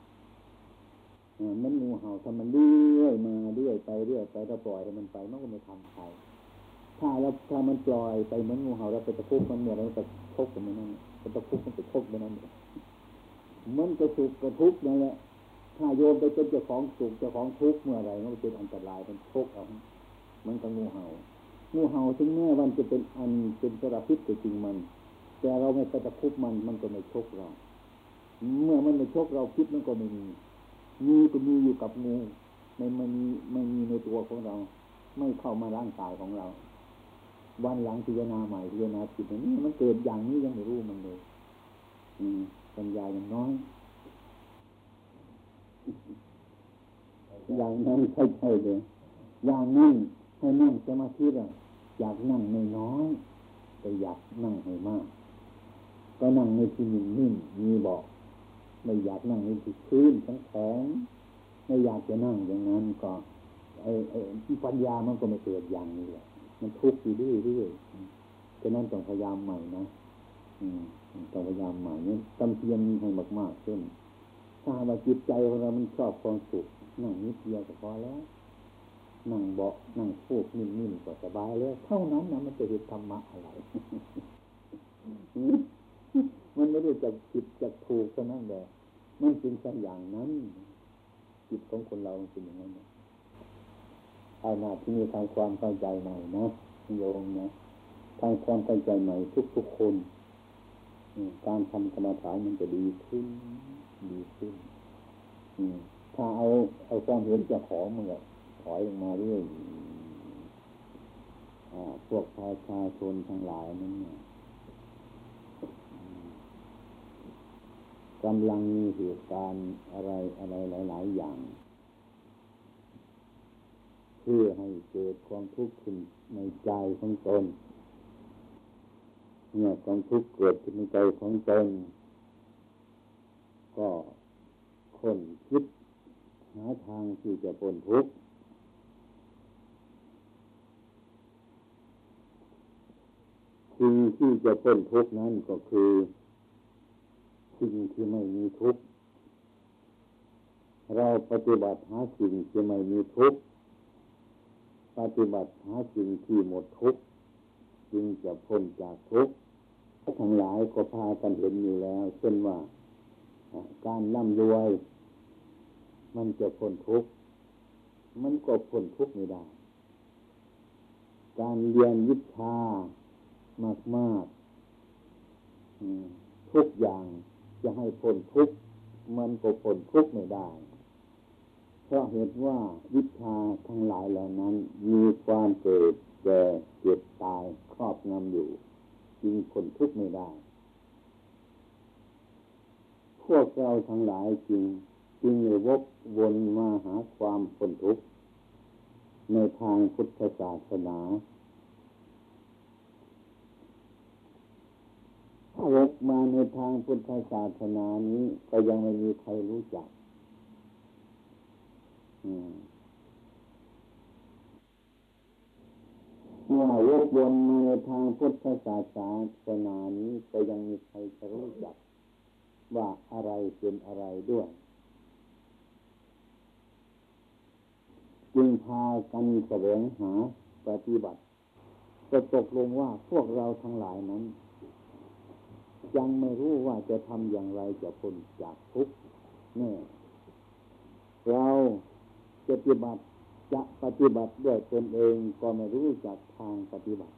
มันงูเห่าถ้ามันเรื่อยมาเรื่อยไปถ้าปล่อยให้มันไปมันก็ไม่ทำใครถ้ามันปล่อยไปเหมือนงูเห่าแล้วไปตะคุบมันเมื่อไรมันจะชกกับมันนั่นก็ตะคุบมันจะทุกข์ไปนั่นเองมันก็สุขก็ทุกข์นั่นแหละถ้าโยมไปเป็นเจ้าของสุขเจ้าของทุกข์เมื่อไรมันเป็นอันตรายมันทุกข์เอามันก็งูเห่าถึงแม้วันจะเป็นอันเป็นสารพิษแต่จริงมันแต่เราไม่ไปตะคุบมันก็ไม่ชกเราเมื่อมันไม่ชกเราพิษมันก็ไม่มีก็มีอยู่กับงูไม่มีในตัวของเราไม่เข้ามาร่างกายของเราวันหลังพิจารณาใหม่พิจารณาจิตนี้มันเกิดอย่างนี้ยังไม่รู้มันเลยปัญญาอย่างน้อยอย่างนั้นใช่เลยอย่างนั้นให้นั่งสมาธิอยากนั่งน้อยแต่อยากนั่งให้มากก็นั่งในที่นิ่งมีบอกไม่อยากนั่งในที่พื้นแข็งไม่อยากจะนั่งอย่างนั้นก็ที่ปัญญามันก็ไม่เกิดอย่างนี้แหละมันทุกข์อยู่เรื่อยๆฉะนั้นต้องพยายามใหม่นะต้องพยายามใหม่เนี่ยจำเพียรให้มากๆเช่นถ้าว่าจิตใจของเรามันชอบความสุขนั่งนิดเดียวก็พอแล้วนั่งเบาะนั่งฟูกนิ่มๆก็สบายแล้วเท่านั้นนะมันจะเห็นธรรมะอะไร มันไม่ได้จะผิดจะถูกเท่านั้นแหละมันเป็นสักอย่างนั้นจิตของคนเราเป็นอย่างนั้นเอาหน้าที่มีทางความเข้าใจใหม่นะโยมนะทางความเข้าใจใหม่ทุกๆคนการทำกรรมฐานมันจะดีขึ้นถ้าเอาความเห็นจะขอมันก็ถอยลงมาเรื่อยพวกประชาชนทั้งหลายนั้นกำลังมีเหตุการณ์อะไรหลายๆอย่างเพื่อให้เกิดความทุกข์ขึ้นในใจของตนเนี่ยความทุกข์เกิดขึ้นในใจของตนก็คนคิดหาทางที่จะพ้นทุกข์สิ่งที่จะพ้นทุกข์นั้นก็คือสิ่งที่ไม่มีทุกข์เราปฏิบัติหาสิ่งที่ไม่มีทุกข์ปฏิบัติหาสิ่งที่หมดทุกข์จึงจะพ้นจากทุกข์ทั้งหลายก็พากันเห็นอยู่แล้วเช่นว่าการร่ำรวยมันจะพ้นทุกข์มันก็พ้นทุกข์ไม่ได้การเรียนวิชามากๆทุกอย่างจะให้พ้นทุกข์มันก็พ้นทุกข์ไม่ได้เพราะเหตุว่าวิชาทั้งหลายเหล่านั้นมีความเกิดแก่เจ็บตายครอบงำอยู่จึงพ้นทุกข์ไม่ได้พวกเราทั้งหลายจึงวกวนมาหาความพ้นทุกข์ในทางพุทธศาสนาถ้าวกมาในทางพุทธศาสนานี้ก็ยังไม่มีใครรู้จักเมื่อวกวนมาในทางพุทธศาสนานี้ก็ยังมีใครจะรู้จักว่าอะไรเป็นอะไรด้วยจึงพากันแสวงหาปฏิบัติก็ตกลงว่าพวกเราทั้งหลายนั้นยังไม่รู้ว่าจะทำอย่างไรจะพ้นจากทุกข์แน่เราจะปฏิบัติด้วยตนเองก็ไม่รู้จักทางปฏิบัติ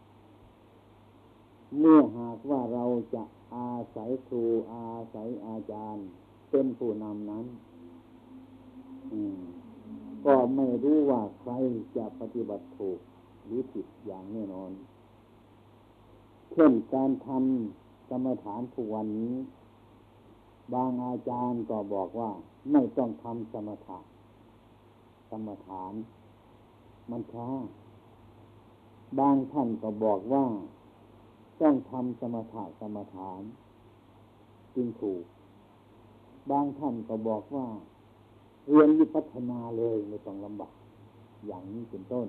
เมื่อหากว่าเราจะอาศัยครูอาศัยอาจารย์เป็นผู้นำนั้นก็ไม่รู้ว่าใครจะปฏิบัติถูกหรือผิดอย่างแน่นอนเช่นการทำกรรมฐานทุกวันนี้บางอาจารย์ก็บอกว่าไม่ต้องทำสมถะกรรมฐานมันช้าบางท่านก็บอกว่าต้องทำสมถะกรรมฐานจึงถูกบางท่านก็บอกว่าเรียนวิปัสสนาเลยไม่ต้องลำบากอย่างนี้เป็นต้น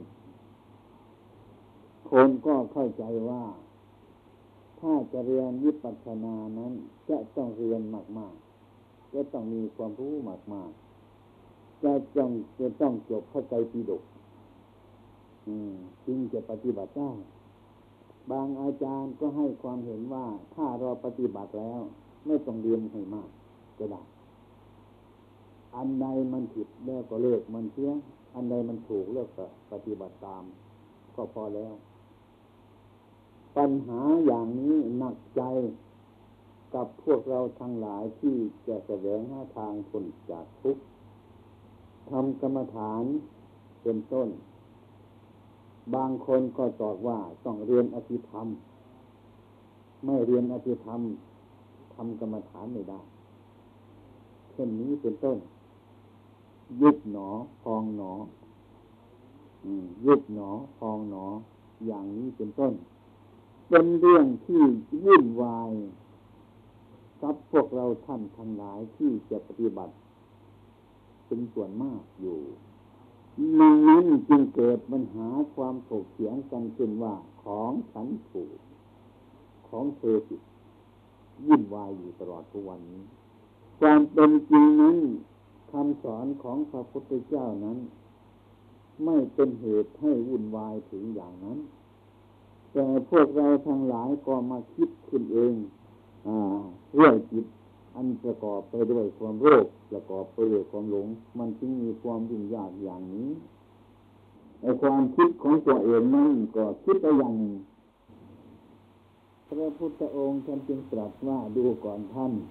คนก็เข้าใจว่าถ้าจะเรียนวิปัสสนานั้นจะต้องเรียนมากๆจะต้องมีความรู้มากๆจะต้องจบพระไตรปิฎกจึงจะปฏิบัติได้บางอาจารย์ก็ให้ความเห็นว่าถ้าเราปฏิบัติแล้วไม่ต้องเรียนให้มากก็ได้อันใดมันผิดแล้วก็เลิกมันเสียอันใดมันถูกแล้วก็ปฏิบัติตามก็พอแล้วปัญหาอย่างนี้หนักใจกับพวกเราทั้งหลายที่จะแสวงหาทางพ้นจากทุกข์ทำกรรมฐานเป็นต้นบางคนก็ตอบว่าต้องเรียนอภิธรรมไม่เรียนอภิธรรมทำกรรมฐานไม่ได้เช่นนี้เป็นต้นยุบหนอพองหนอยุบหนอพองหนออย่างนี้เป็นต้นเป็นเรื่องที่วุ่นวายกับพวกเราท่านทั้งหลายที่จะปฏิบัติเป็นส่วนมากอยู่นั้นจึงเกิดปัญหาความถกเถียงกันขึ้นว่าของฉันถูกของเธอผิดวุ่นวายอยู่ตลอดทุกวันนี้ความเป็นจริงนั้นคำสอนของพระพุทธเจ้านั้นไม่เป็นเหตุให้วุ่นวายถึงอย่างนั้นแต่พวกเราทั้งหลายก็มาคิดขึ้นเองเรื่องจิตอันประกอบไปด้วยความโลภประกอบไปด้วยความหลงมันจึงมีความยุ่งยากอย่างนี้ไอ้ความคิดของตัวเองนั้นก็คิดไปอย่างหนึ่งพระพุทธองค์ท่านจึงตรัสว่าดูก่อนท่าน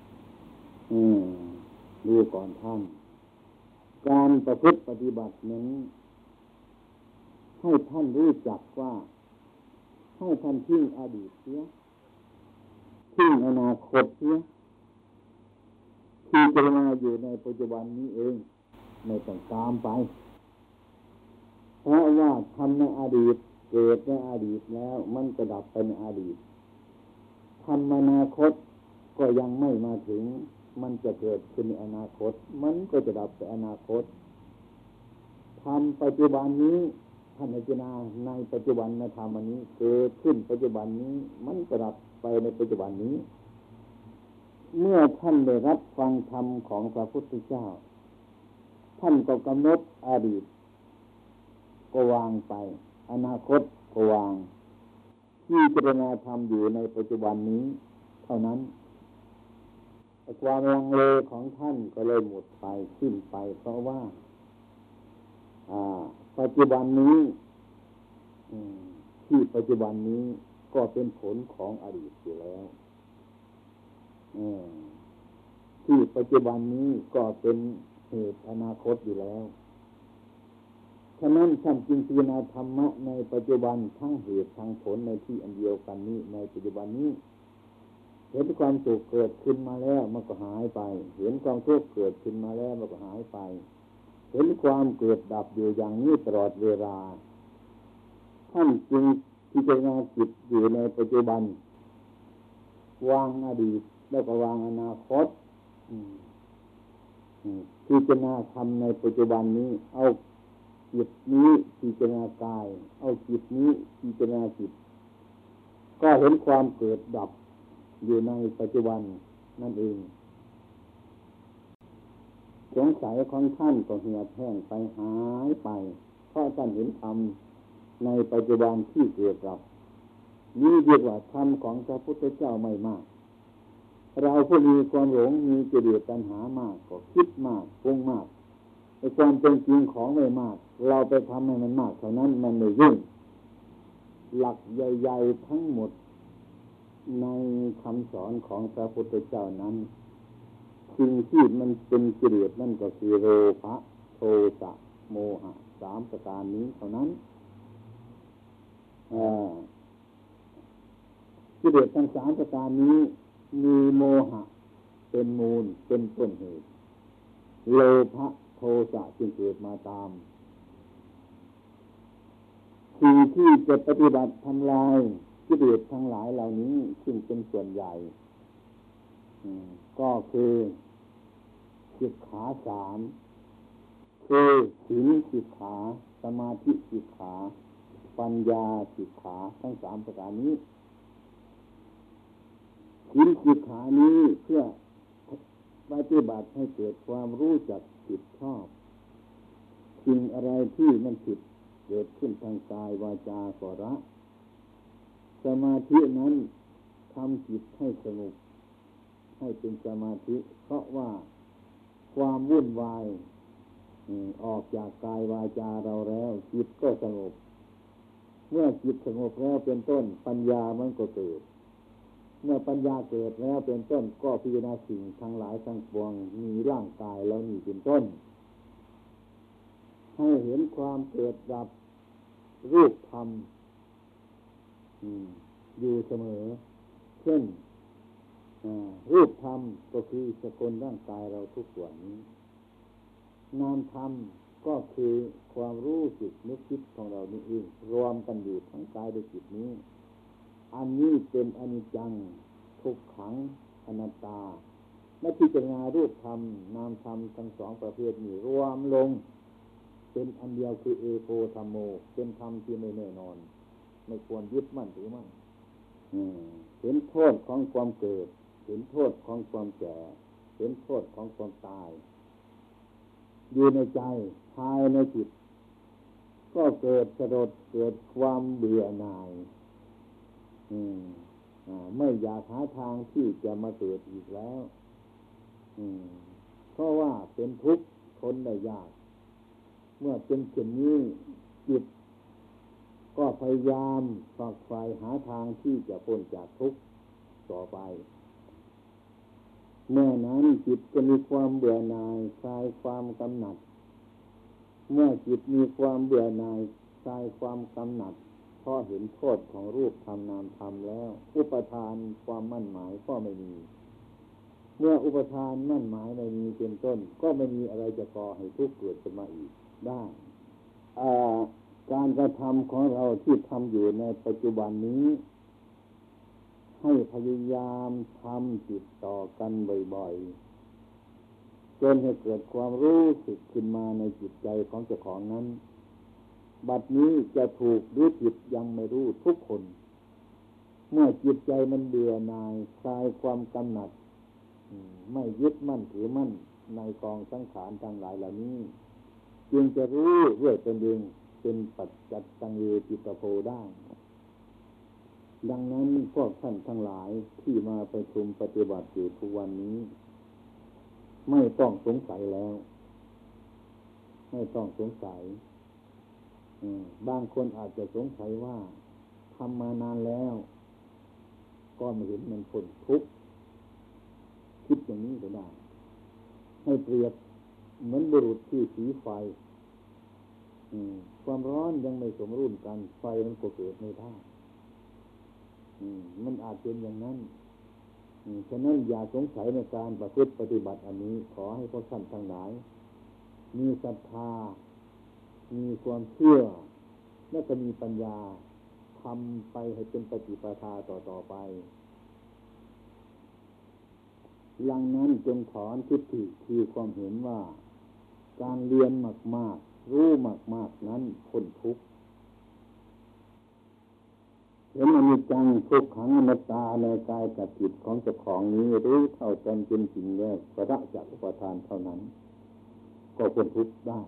ดูก่อนท่านการประพฤติปฏิบัตินั้นให้ท่านรู้จักว่าให้ท่านทิ้งอดีตเสียทิ้งอนาคตเสียที่จะมาอยู่ในปัจจุบันนี้เองไม่ต้องตามไปเพราะว่าทำในอดีตเกิดในอดีตแล้วมันก็ดับไปในอดีตทำอนาคตก็ยังไม่มาถึงมันจะเกิดขึ้นในอนาคตมันก็จะดับไปอนาคตทำปัจจุบันนี้ท่านพิจารณาในปัจจุบันในธรรมอันนี้เกิดขึ้นปัจจุบันนี้มันก็ดับไปในปัจจุบันนี้เมื่อท่านได้รับฟังธรรมของพระพุทธเจ้าท่านก็กำหนดอดีตก็วางไปอนาคตก็วางที่พิจารณาธรรมอยู่ในปัจจุบันนี้เท่านั้นความลังเลของท่านก็เลยหมดไปสิ้นไปเพราะว่าปัจจุบันนี้ที่ปัจจุบันนี้ก็เป็นผลของอดีตอยู่แล้วที่ปัจจุบันนี้ก็เป็นเหตุอนาคตอยู่แล้วฉะนั้นท่านจึงพิจารณาธรรมะในปัจจุบันทั้งเหตุทั้งผลในที่อันเดียวกันนี้ในปัจจุบันนี้เห็นความสุขเกิดขึ้นมาแล้วมันก็หายไปเห็นความทุกข์เกิดขึ้นมาแล้วมันก็หายไปเห็นความเกิดดับอยู่อย่างนี้ตลอดเวลาท่านจึงพิจารณาจิตอยู่ในปัจจุบันวางอดีตแล้วก็วางอนาคตพิจารณาธรรมในปัจจุบันนี้เอาจิตนี้พิจารณากายเอาจิตนี้พิจารณาจิตก็เห็นความเกิดดับอยู่ในปัจจุบันนั่นเองสงสัยของท่านก็เหี่ยวแห้งไปหายไปเพราะท่านเห็นธรรมในปัจจุบันที่เกิดดับนี่เรียกว่าธรรมของพระพุทธเจ้าไม่มากเราผู้มีความหลงมีกิเลสตัณหามากก็คิดมากปรุงมากไอ้ความเป็นจริงของไม่มากเราไปทำให้มันมากเท่านั้นมันไม่ยุ่งหลักใหญ่ๆทั้งหมดในคำสอนของพระพุทธเจ้านั้นสิ่งที่มันเป็นกิเลสนั่นก็คือโลภะโทสะโมหะ3ประการนี้เท่านั้นกิเลสทั้ง3ประการนี้มีโมหะเป็นมูลเป็นต้นเหตุโลภะโทสะจึงเกิดมาตามสิ่งที่จะปฏิบัติทำลายกิเลสทั้งหลายเหล่านี้ซึ่งเป็นส่วนใหญ่ก็คือสิกขา3คือศีลสิกขาสมาธิสิกขาปัญญาสิกขาทั้ง3ประการนี้ศีลสิกขานี้เพื่อปฏิบัติให้เกิดความรู้จักผิดชอบสิ่งอะไรที่มันผิดเกิดขึ้นทางกายวาจาก็ละสมาธินั้นทำจิตให้สงบให้เป็นสมาธิเพราะว่าความวุ่นวายออกจากกายวาจาเราแล้วจิตก็สงบเมื่อจิตสงบแล้วเป็นต้นปัญญามันก็เกิดเมื่อปัญญาเกิดแล้วเป็นต้นก็พิจารณาสิ่งทั้งหลายทั้งปวงมีร่างกายแล้วนี่เป็นต้นให้เห็นความเกิดดับรูปธรรมอยู่เสมอเช่นรูปธรรมก็คือสกุลร่างกายเราทุกส่วนนี้นามธรรมก็คือความรู้สึกนึกคิดของเรานี่เองรวมกันอยู่ทั้งกายและจิตนี้อันนี้เป็นอนิจจังทุกขังอนัตตาและพิจารณารูปธรรมนามธรรมทั้งสองประเภทนี้รวมลงเป็นอันเดียวคือเอโกธัมโมเป็นธรรมที่ไม่แน่นอนไม่ควรยึดมั่นถือมั่นเห็นโทษของความเกิดเห็นโทษของความแก่เห็นโทษของความตายอยู่ในใจภายในจิตก็เกิดสลดเกิดความเบื่อหน่ายไม่อยากหาทางที่จะมาเกิดอีกแล้วเพราะว่าเป็นทุกข์ทนได้ยากเมื่อเป็นเช่นนี้จิตก็พยายามฝักใฝ่หาทางที่จะพ้นจากทุกข์ต่อไปเมื่อนั้นจิตจะมีความเบื่อหน่ายคลายความกำหนัดเมื่อจิตมีความเบื่อหน่ายคลายความกำหนัดเพราะเห็นโทษของรูปธรรมนามธรรมแล้วอุปทานความมั่นหมายก็ไม่มีเมื่ออุปทานมั่นหมายไม่มีเป็นต้นก็ไม่มีอะไรจะก่อให้ทุกข์เกิดขึ้นมาอีกได้การกระทำของเราที่ทำอยู่ในปัจจุบันนี้ให้พยายามทำติดต่อกันบ่อยๆจนให้เกิดความรู้สึกขึ้นมาในจิตใจของเจ้าของนั้นบัดนี้จะถูกหรือผิดยังไม่รู้ทุกคนเมื่อจิตใจมันเบื่อหน่ายคลายความกำหนัดไม่ยึดมั่นถือมั่นในกองสังขารทั้งหลายเหล่านี้จึงจะรู้เรื่อยเป็นเองเป็นปัจจัตตังเวทิตโพได้ดังนั้นพวกท่านทั้งหลายที่มาประชุมปฏิบัติอยู่ทุกวันนี้ไม่ต้องสงสัยแล้วไม่ต้องสงสัยบางคนอาจจะสงสัยว่าทำมานานแล้วก็ไม่เห็นมันพ้นทุกข์คิดอย่างนี้ก็ได้ให้เปรียบเหมือนบุรุษที่สีไฟความร้อนยังไม่สมรุ่นกันไฟมันก็เกิดไม่ได้มันอาจเป็นอย่างนั้นฉะนั้นอย่าสงสัยในการประพฤติปฏิบัติอันนี้ขอให้พวกท่านทั้งหลายมีศรัทธามีความเชื่อและก็มีปัญญาทำไปให้เป็นปฏิปทาต่อไปหลังนั้นจงถอนทิฏฐิคือความเห็นว่าการเรียนมากๆรู้มากๆนั้นพ้นทุกข์เห็นอนิจจังทุกขังอนัตตาในกายกับจิตของเจ้าของนี้รู้เท่าตนเป็นจริงแล้วก็ละจากอุปทานเท่านั้นก็พ้นทุกข์ได้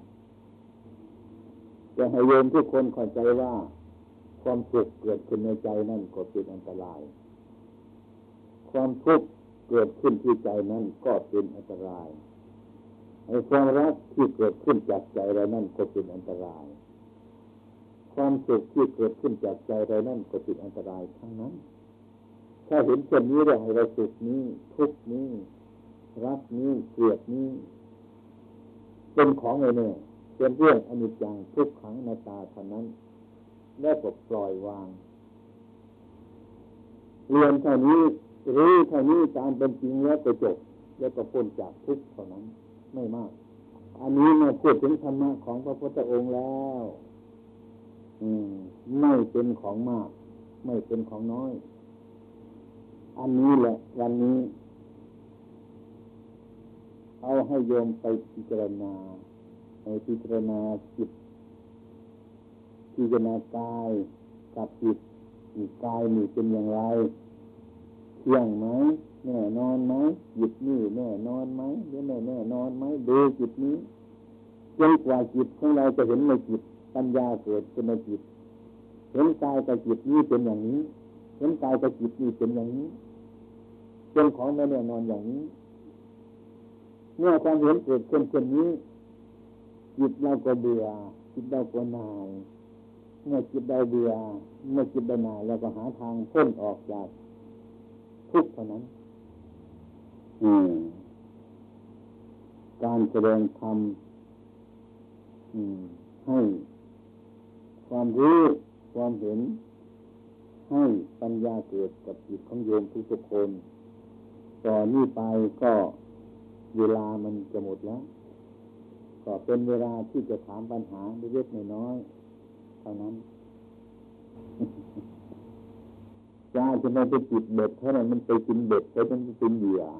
จะให้โยมทุกคนเข้าใจว่าความสุขเกิดขึ้นในใจนั่นก็เป็นอันตรายความทุกข์เกิดขึ้นที่ใจนั่นก็เป็นอันตรายไอ้ความรักที่เกิดขึ้นจากใจเรานั่นก็เป็นอันตรายความสุขที่เกิดขึ้นจากใจเรานั่นก็เป็นอันตรายทั้งนั้นถ้าเห็นเช่นนี้แล้วให้เราสุขนี้ทุกข์นี้รักนี้เกลียดนี้เป็นของไอ้เนี่ยเป็นเรื่องอนิจจังทุกขังอนัตตาเท่านั้นแล้วก็ปล่อยวางเรียนเท่านี้รู้เท่านี้ตามเป็นจริงแล้วก็จบแล้วก็พ้นจากทุกข์เท่านั้นไม่มากอันนี้มาพูดถึงธรรมะของพระพุทธองค์แล้วไม่เป็นของมากไม่เป็นของน้อยอันนี้แหละวันนี้เอาให้โยมไปพิจารณาพิจารณาจิตพิจารณากายกับจิตกายนี่เป็นอย่างไรเที่ยงไหมแน่นอนไหมจิตนี่แน่นอนไหมหรือไม่แน่นอนไหมดูจิตนี้จนกว่าจิตของเราจะเห็นในจิตปัญญาเกิดขึ้นในจิตเห็นกายกับจิตนี้เป็นอย่างนี้เห็นกายกับจิตนี่เป็นอย่างนี้เป็นของไม่แน่นอนอย่างนี้เมื่อความเห็นเกิดขึ้นเช่นนี้จิตเราก็เบื่อจิตเราก็หน่ายเมื่อจิตเราเบื่อเมื่อจิตเราหน่ายเราก็หาทางพ้นออกจากทุกข์เท่านั้นการแสดงธรรมให้ความรู้ความเห็นให้ปัญญาเกิดกับจิตของโยมทุกๆคนต่อนนี้ไปก็เวลามันจะหมดแล้วก็เป็นเวลาที่จะถามปัญหาเล็กๆน้อยๆเท่านั้นจะไม่ไปจิตเบ็ดเท่านั้นมันไปกินเบ็ดแล้วมันไปกินเหยื่อ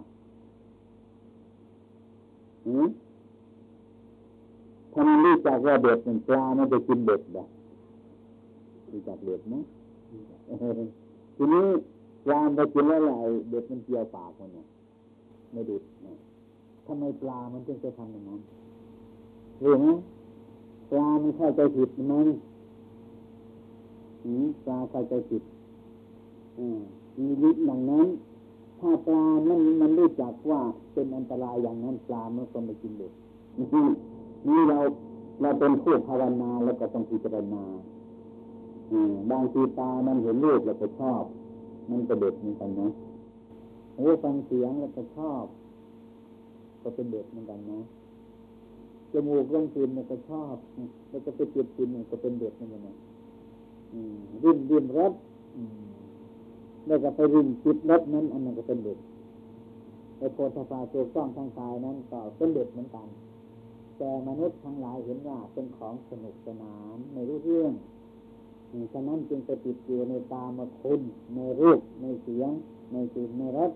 ถ้ามันรู้จักว่าเบ็ดมันปลามันไปกินเบ็ดนะรู้จักเบ็ดนะทีนี้ปลาไปกินแล้วไอ้เบ็ดมันเกี่ยวปากมันเนี่ยไม่ดุดนะทำไมปลามันจึงจะทำอย่างนั้นรู้ไหมปลามันเข้าใจผิดมันปลาเข้าใจผิดมีฤทธิ์อย่างนั้นถ้าปลามันรู้จักว่าเป็นอันตรายอย่างนั้นปลามันก็ไม่กินเบ็ดนี่เราเป็นผู้ภาวนาแล้วก็ต้องพิจารณาบางทีตามันเห็นรูปแล้วก็ชอบมันก็เด็ดเหมือนกันนะหูฟังเสียงแล้วก็ชอบก็เป็นเด็ดเหมือนกันนะจมูกลมกลิ่นแล้วก็ชอบแล้วก็ไปจิตกินก็เป็นเด็ดเหมือนกันนะริมรสแล้วก็ไปริมจิตรสนั้นอันนั้นก็เป็นเด็ดไอ้โพธาภาถูกต้องทางกายนั้นก็เป็นเด็ดเหมือนกันแต่มนุษย์ทั้งหลายเห็นว่าเป็นของสนุกสนานไม่รู้เรื่องฉะนั้นจึงไปติดอยู่ในตามคุณในรูปในเสียงในกลิ่นในรส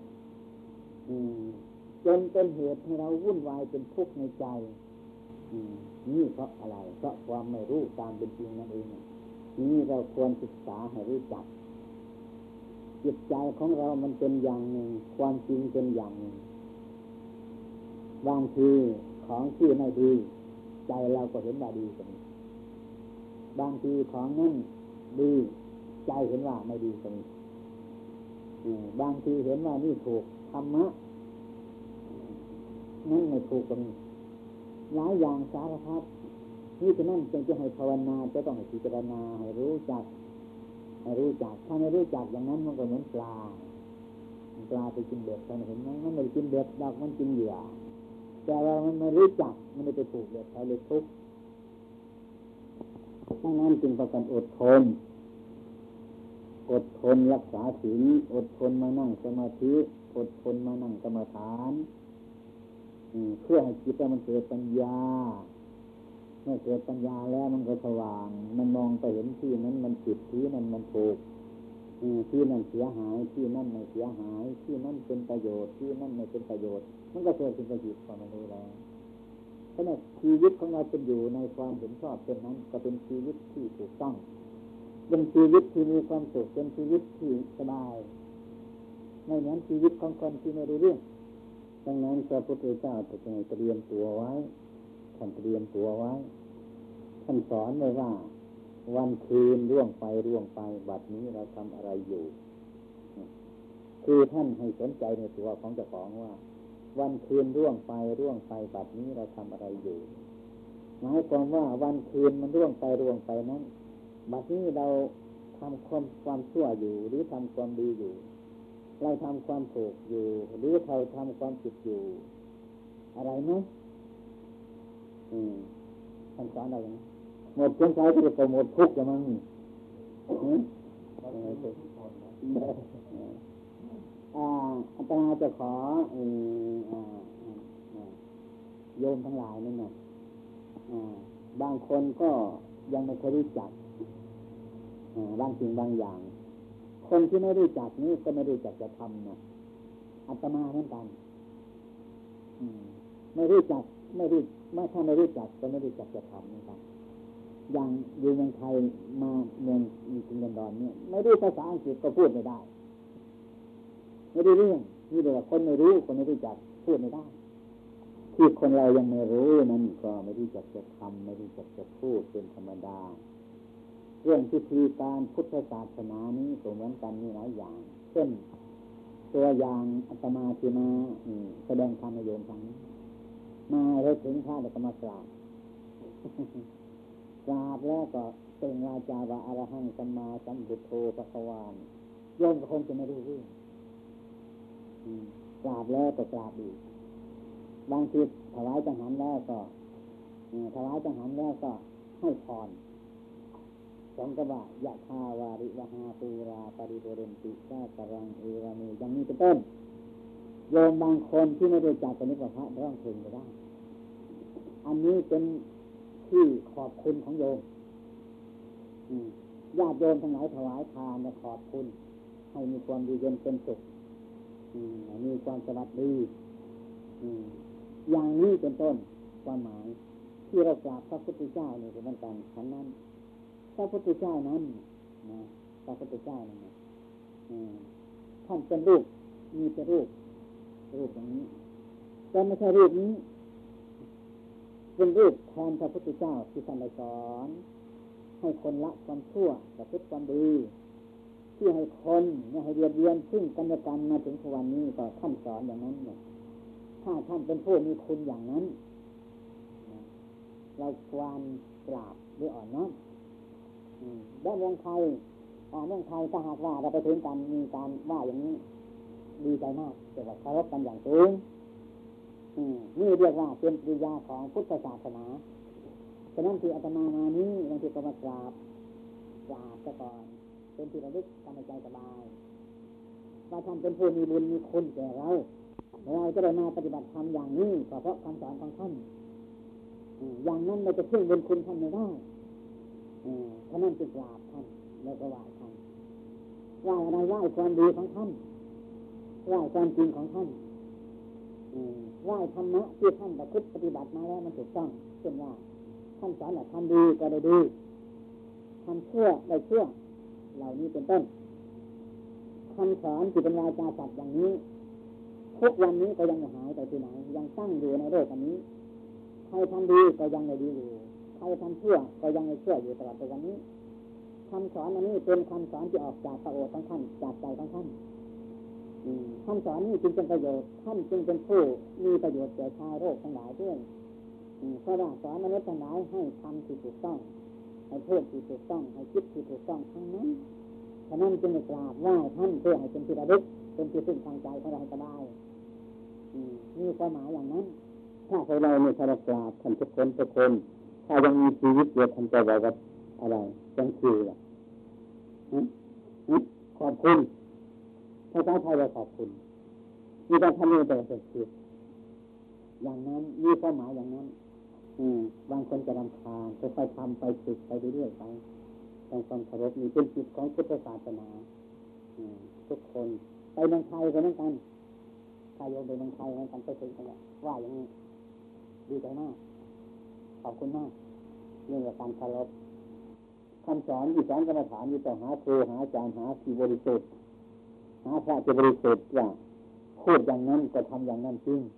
จนเป็นเหตุให้เราวุ่นวายเป็นทุกข์ในใจนี่เพราะอะไรเพราะความไม่รู้ตามเป็นจริงนั่นเองนี่เราควรศึกษาให้รู้จักจิตใจของเรามันเป็นอย่างหนึ่งความจริงเป็นอย่างหนึ่งบางทีของที่ไม่ดีใจเราก็เห็นว่าดีกันบางทีของนั้นดีใจเห็นว่าไม่ดีกันบางทีเห็นว่านี่ถูกธรรมะนั่นไม่ถูกกันหลายอย่างสารพัดนี่ฉะนั้นจึงจะให้ภาวนาจะต้องให้พิจารณาให้รู้จักถ้าไม่รู้จักอย่างนั้นมันก็เหมือนปลาไปกินเบ็ดท่านเห็นไหมมันไม่กินเบ็ดดอกมันกินเหยื่อแต่ว่ามันไม่รู้จักมันไม่ไปถูกเบ็ดเขาเลยทุกข์ดังนั้นจึงประกันอดทนรักษาศีลอดทนมานั่งสมาธิอดทนมานั่งกรรมฐานเพื่อให้จิตมันเกิดปัญญาเมื่อเกิดปัญญาแล้วมันก็สว่างมันมองไปเห็นที่นั้นมันผิดที่นั้นมันถูกที่นั้นเสียหายที่นั้นไม่เสียหายที่นั้นเป็นประโยชน์ที่นั้นไม่เป็นประโยชน์มันก็เกิดเป็นประโยชน์ความรู้แล้วเพราะนั้นชีวิตของเราเป็นอยู่ในความเห็นชอบเป็นนั้นก็เป็นชีวิตที่ถูกต้องเป็นชีวิตที่มีความสุขเป็นชีวิตที่สบายไม่เหมือนชีวิตของคนที่ไม่รู้เรื่องดังนั้นพระพุทธเจ้าจะเตรียมตัวไว้ท่านเตรียมตัวไว้ท่านสอนไว้ว่าวันคืนล่วงไปบัดนี้เราทำอะไรอยู่คือท่านให้สนใจในตัวของเจ้าของว่าวันคืนล่วงไปบัดนี้เราทำอะไรอยู่หมายความว่าวันคืนมันล่วงไปนั้นบัดนี้เราทำความชั่วอยู่หรือทำความดีอยู่เราทำความถูกอยู่หรือเราทำความผิดอยู่อะไรไหมท่านสอนอะไรนะหมดสงสัยก็จะหมดทุกข์แล้วมั้งอาตมาจะขอโยมทั้งหลายนั่นน่ะบางคนก็ยังไม่เคยรู้จักบางสิ่งบางอย่างคนที่ไม่รู้จักนี้ก็ไม่รู้จักจะทำนะอาตมาเหมือนกันไม่รู้จักถ้าไม่รู้จักก็ไม่รู้จักจะทำเหมือนกันอย่างอยู่เมืองไทยมาเมืองกรุงลอนดอนเนี่ยไม่รู้ภาษาอังกฤษก็พูดไม่ได้ไม่ได้เรื่องนี่เลยคนไม่รู้คนไม่รู้จักพูดไม่ได้ที่คนเรายังไม่รู้นั้นก็ไม่รู้จักจะทำไม่รู้จักจะพูดเป็นธรรมดาฉเรื่องพิธีการพุทธศาสนานี้ก็เหมือนกันมีหลายอย่างเช่นตัวอย่างอาตมาที่มาแสดงธรรมในโยมครั้งนี้มาได้ถึงพระแล้วก็มากราบ กราบแล้วก็เป่งวาจาว่าอรหังสัมมาสัมพุทโธภควาโยมก็คงจะไม่รู้เรื่องกราบแล้วก็กราบอีกบางทีถวายจังหันแล้วก็ให้พรสองกว่า ยะทาวาริวหาปูราปริโภเรนติสาคารังเอวเมอย่างนี้เป็นต้นโยมบางคนที่ไม่ได้จักกันนี้ก็พระร้องเพลงก็ได้อันนี้เป็นที่ขอบคุณของโยมญาติโยมทั้งหลายถวายทานและขอบคุณให้มีความดีเย็นเป็นสุขมีความสวัสดีอย่างนี้เป็นต้นความหมายที่เรากราบพระพุทธเจ้าเนี่ยเป็นการฉันนั้นพระพุทธเจ้านั้นนะพระพุทธเจ้านั้นท่านเป็นรูปมีแต่รูปอย่างนี้แต่ไม่ใช่รูปนี้เป็นรูปแทนพระพุทธเจ้าที่ท่านได้สอนให้คนละความชั่วประพฤติความดีที่ให้คนไม่ให้เบียดเบียนซึ่งกันและกันมาถึงทุกวันนี้ก็ท่านสอนอย่างนั้นเนี่ยถ้าท่านเป็นผู้มีคุณอย่างนั้นเราควรกราบด้วยอ่อนน้อมและเมืองไทยถ้าหากว่าเราไปถึงกันมีการว่าอย่างนี้ดีใจมากแต่ว่าเคารพกันอย่างสูงนี่เรียกว่าเป็นปริยาของพุทธศาสนาฉะนั้นที่อาตมามานี้บางทีก็มากราบซะก่อนเป็นที่ระลึกทำให้ใจสบายว่าท่านเป็นผู้มีบุญมีคุณแก่เราจะได้มาปฏิบัติธรรมอย่างนี้ก็เพราะคำสอนของท่านอย่างนั้นเราจะพึ่งบุญคุณท่านไม่ได้ฉะนั้นจึงกราบท่านแล้วก็ไหว้ท่านไหว้อะไรไหว้ความดีของท่านไหว้ความจริงของท่านไหว้ธรรมะที่ท่านประพฤติปฏิบัติมาแล้วมันถูกต้องเช่นว่าท่านสอนว่าทำดีก็ได้ดีทำชั่วได้ชั่วเหล่านี้เป็นต้นคำสอนที่เป็นวาจาสัตย์อย่างนี้ทุกวันนี้ก็ยังไม่หายไปที่ไหนยังตั้งอยู่ในโลกอันนี้ใครทำดีก็ยังได้ดีอยู่ใครทำชั่วก็ยังได้ชั่วอยู่ตลอดไปวันนี้คำสอนอันนี้เป็นคำสอนที่ออกจากพระโอษฐ์ของท่านจากใจของท่านคำสอนนี้จึงเป็นประโยชน์ท่านจึงเป็นผู้มีประโยชน์แก่ชาวโลกทั้งหลายด้วยเพราะว่าสอนมนุษย์ทั้งหลายให้ทำที่ถูกต้องให้พูดที่ถูกต้องให้คิดที่ถูกต้องทั้งนั้นฉะนั้นจึงได้กราบไหว้ท่านเพื่อให้เป็นที่ระลึกเป็นที่พึ่งทางใจของเราให้สบายมีความหมายอย่างนั้นถ้าเราเนี่ยถ้าเรากราบท่านทุกคนถ้ายังมีชีวิตอยู่ท่านจะบอกว่าอะไรจังคือขอบคุณภาษาไทยเราขอบคุณมีการทำให้เป็นสิ่งที่อย่างนั้นมีความหมายอย่างนั้นบางคนจะรำคาญค่อยๆทำไปฝึกไปเรื่อยๆไปต้องความเคารพมีเป็นจิตของพุทธศาสนาทุกคนไปเมืองไทยก็เหมือนกันถ้าโยมไปเมืองไทยเหมือนกันไปถึงกันว่าอย่างนี้ดีใจมากขอบคุณมากเรื่องการเคารพคำสอนที่สอนกรรมฐานที่ต้องหาครูหาอาจารย์หาที่บริสุทธิ์หาพระที่บริสุทธิ์ว่าพูดอย่างนั้นก็ทำอย่างนั้นจริง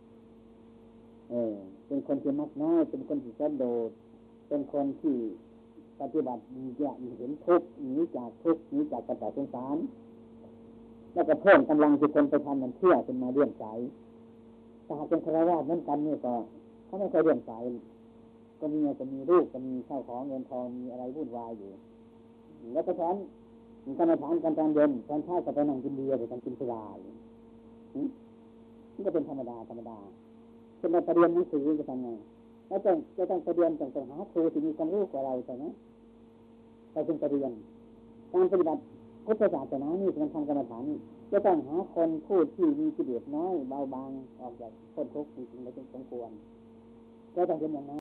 เป็นคนที่มักน้อยเป็นคนที่สันโดษเป็นคนที่ปฏิบัติแยกเห็นทุกข์หนีจากทุกข์หนีจากกระแสสงสารแล้วก็เพิ่มกำลังที่คนไปทำมันเชื่อเป็นมาเลื่อมใสถ้าหากเป็นฆราวาสเหมือนกันนี่ก็เขาไม่เคยเลื่อมใสก็มีลูกก็มีข้าวของเงินทองมีอะไรวุ่นวายอยู่แล้วก็ฉันกรรมฐานกันตอนเย็นตอนเช้าก็ไปนั่งกินเบียร์หรือกินสุรานี่ก็เป็นธรรมดาเป็นเราเรียนหนังสือจะทำไงแล้วจะต้องเรียนต้องหาครูที่มีความรู้กว่าเราใช่ไหมเราจึงเรียนการปฏิบัติพุทธศาสนานี่การทำกรรมฐานนี่จะต้องหาคนผู้ที่มีกิเลสน้อยเบาบางออกจากพ้นทุกข์จริงๆและจึงสมควรก็ต้องเป็นอย่างนั้น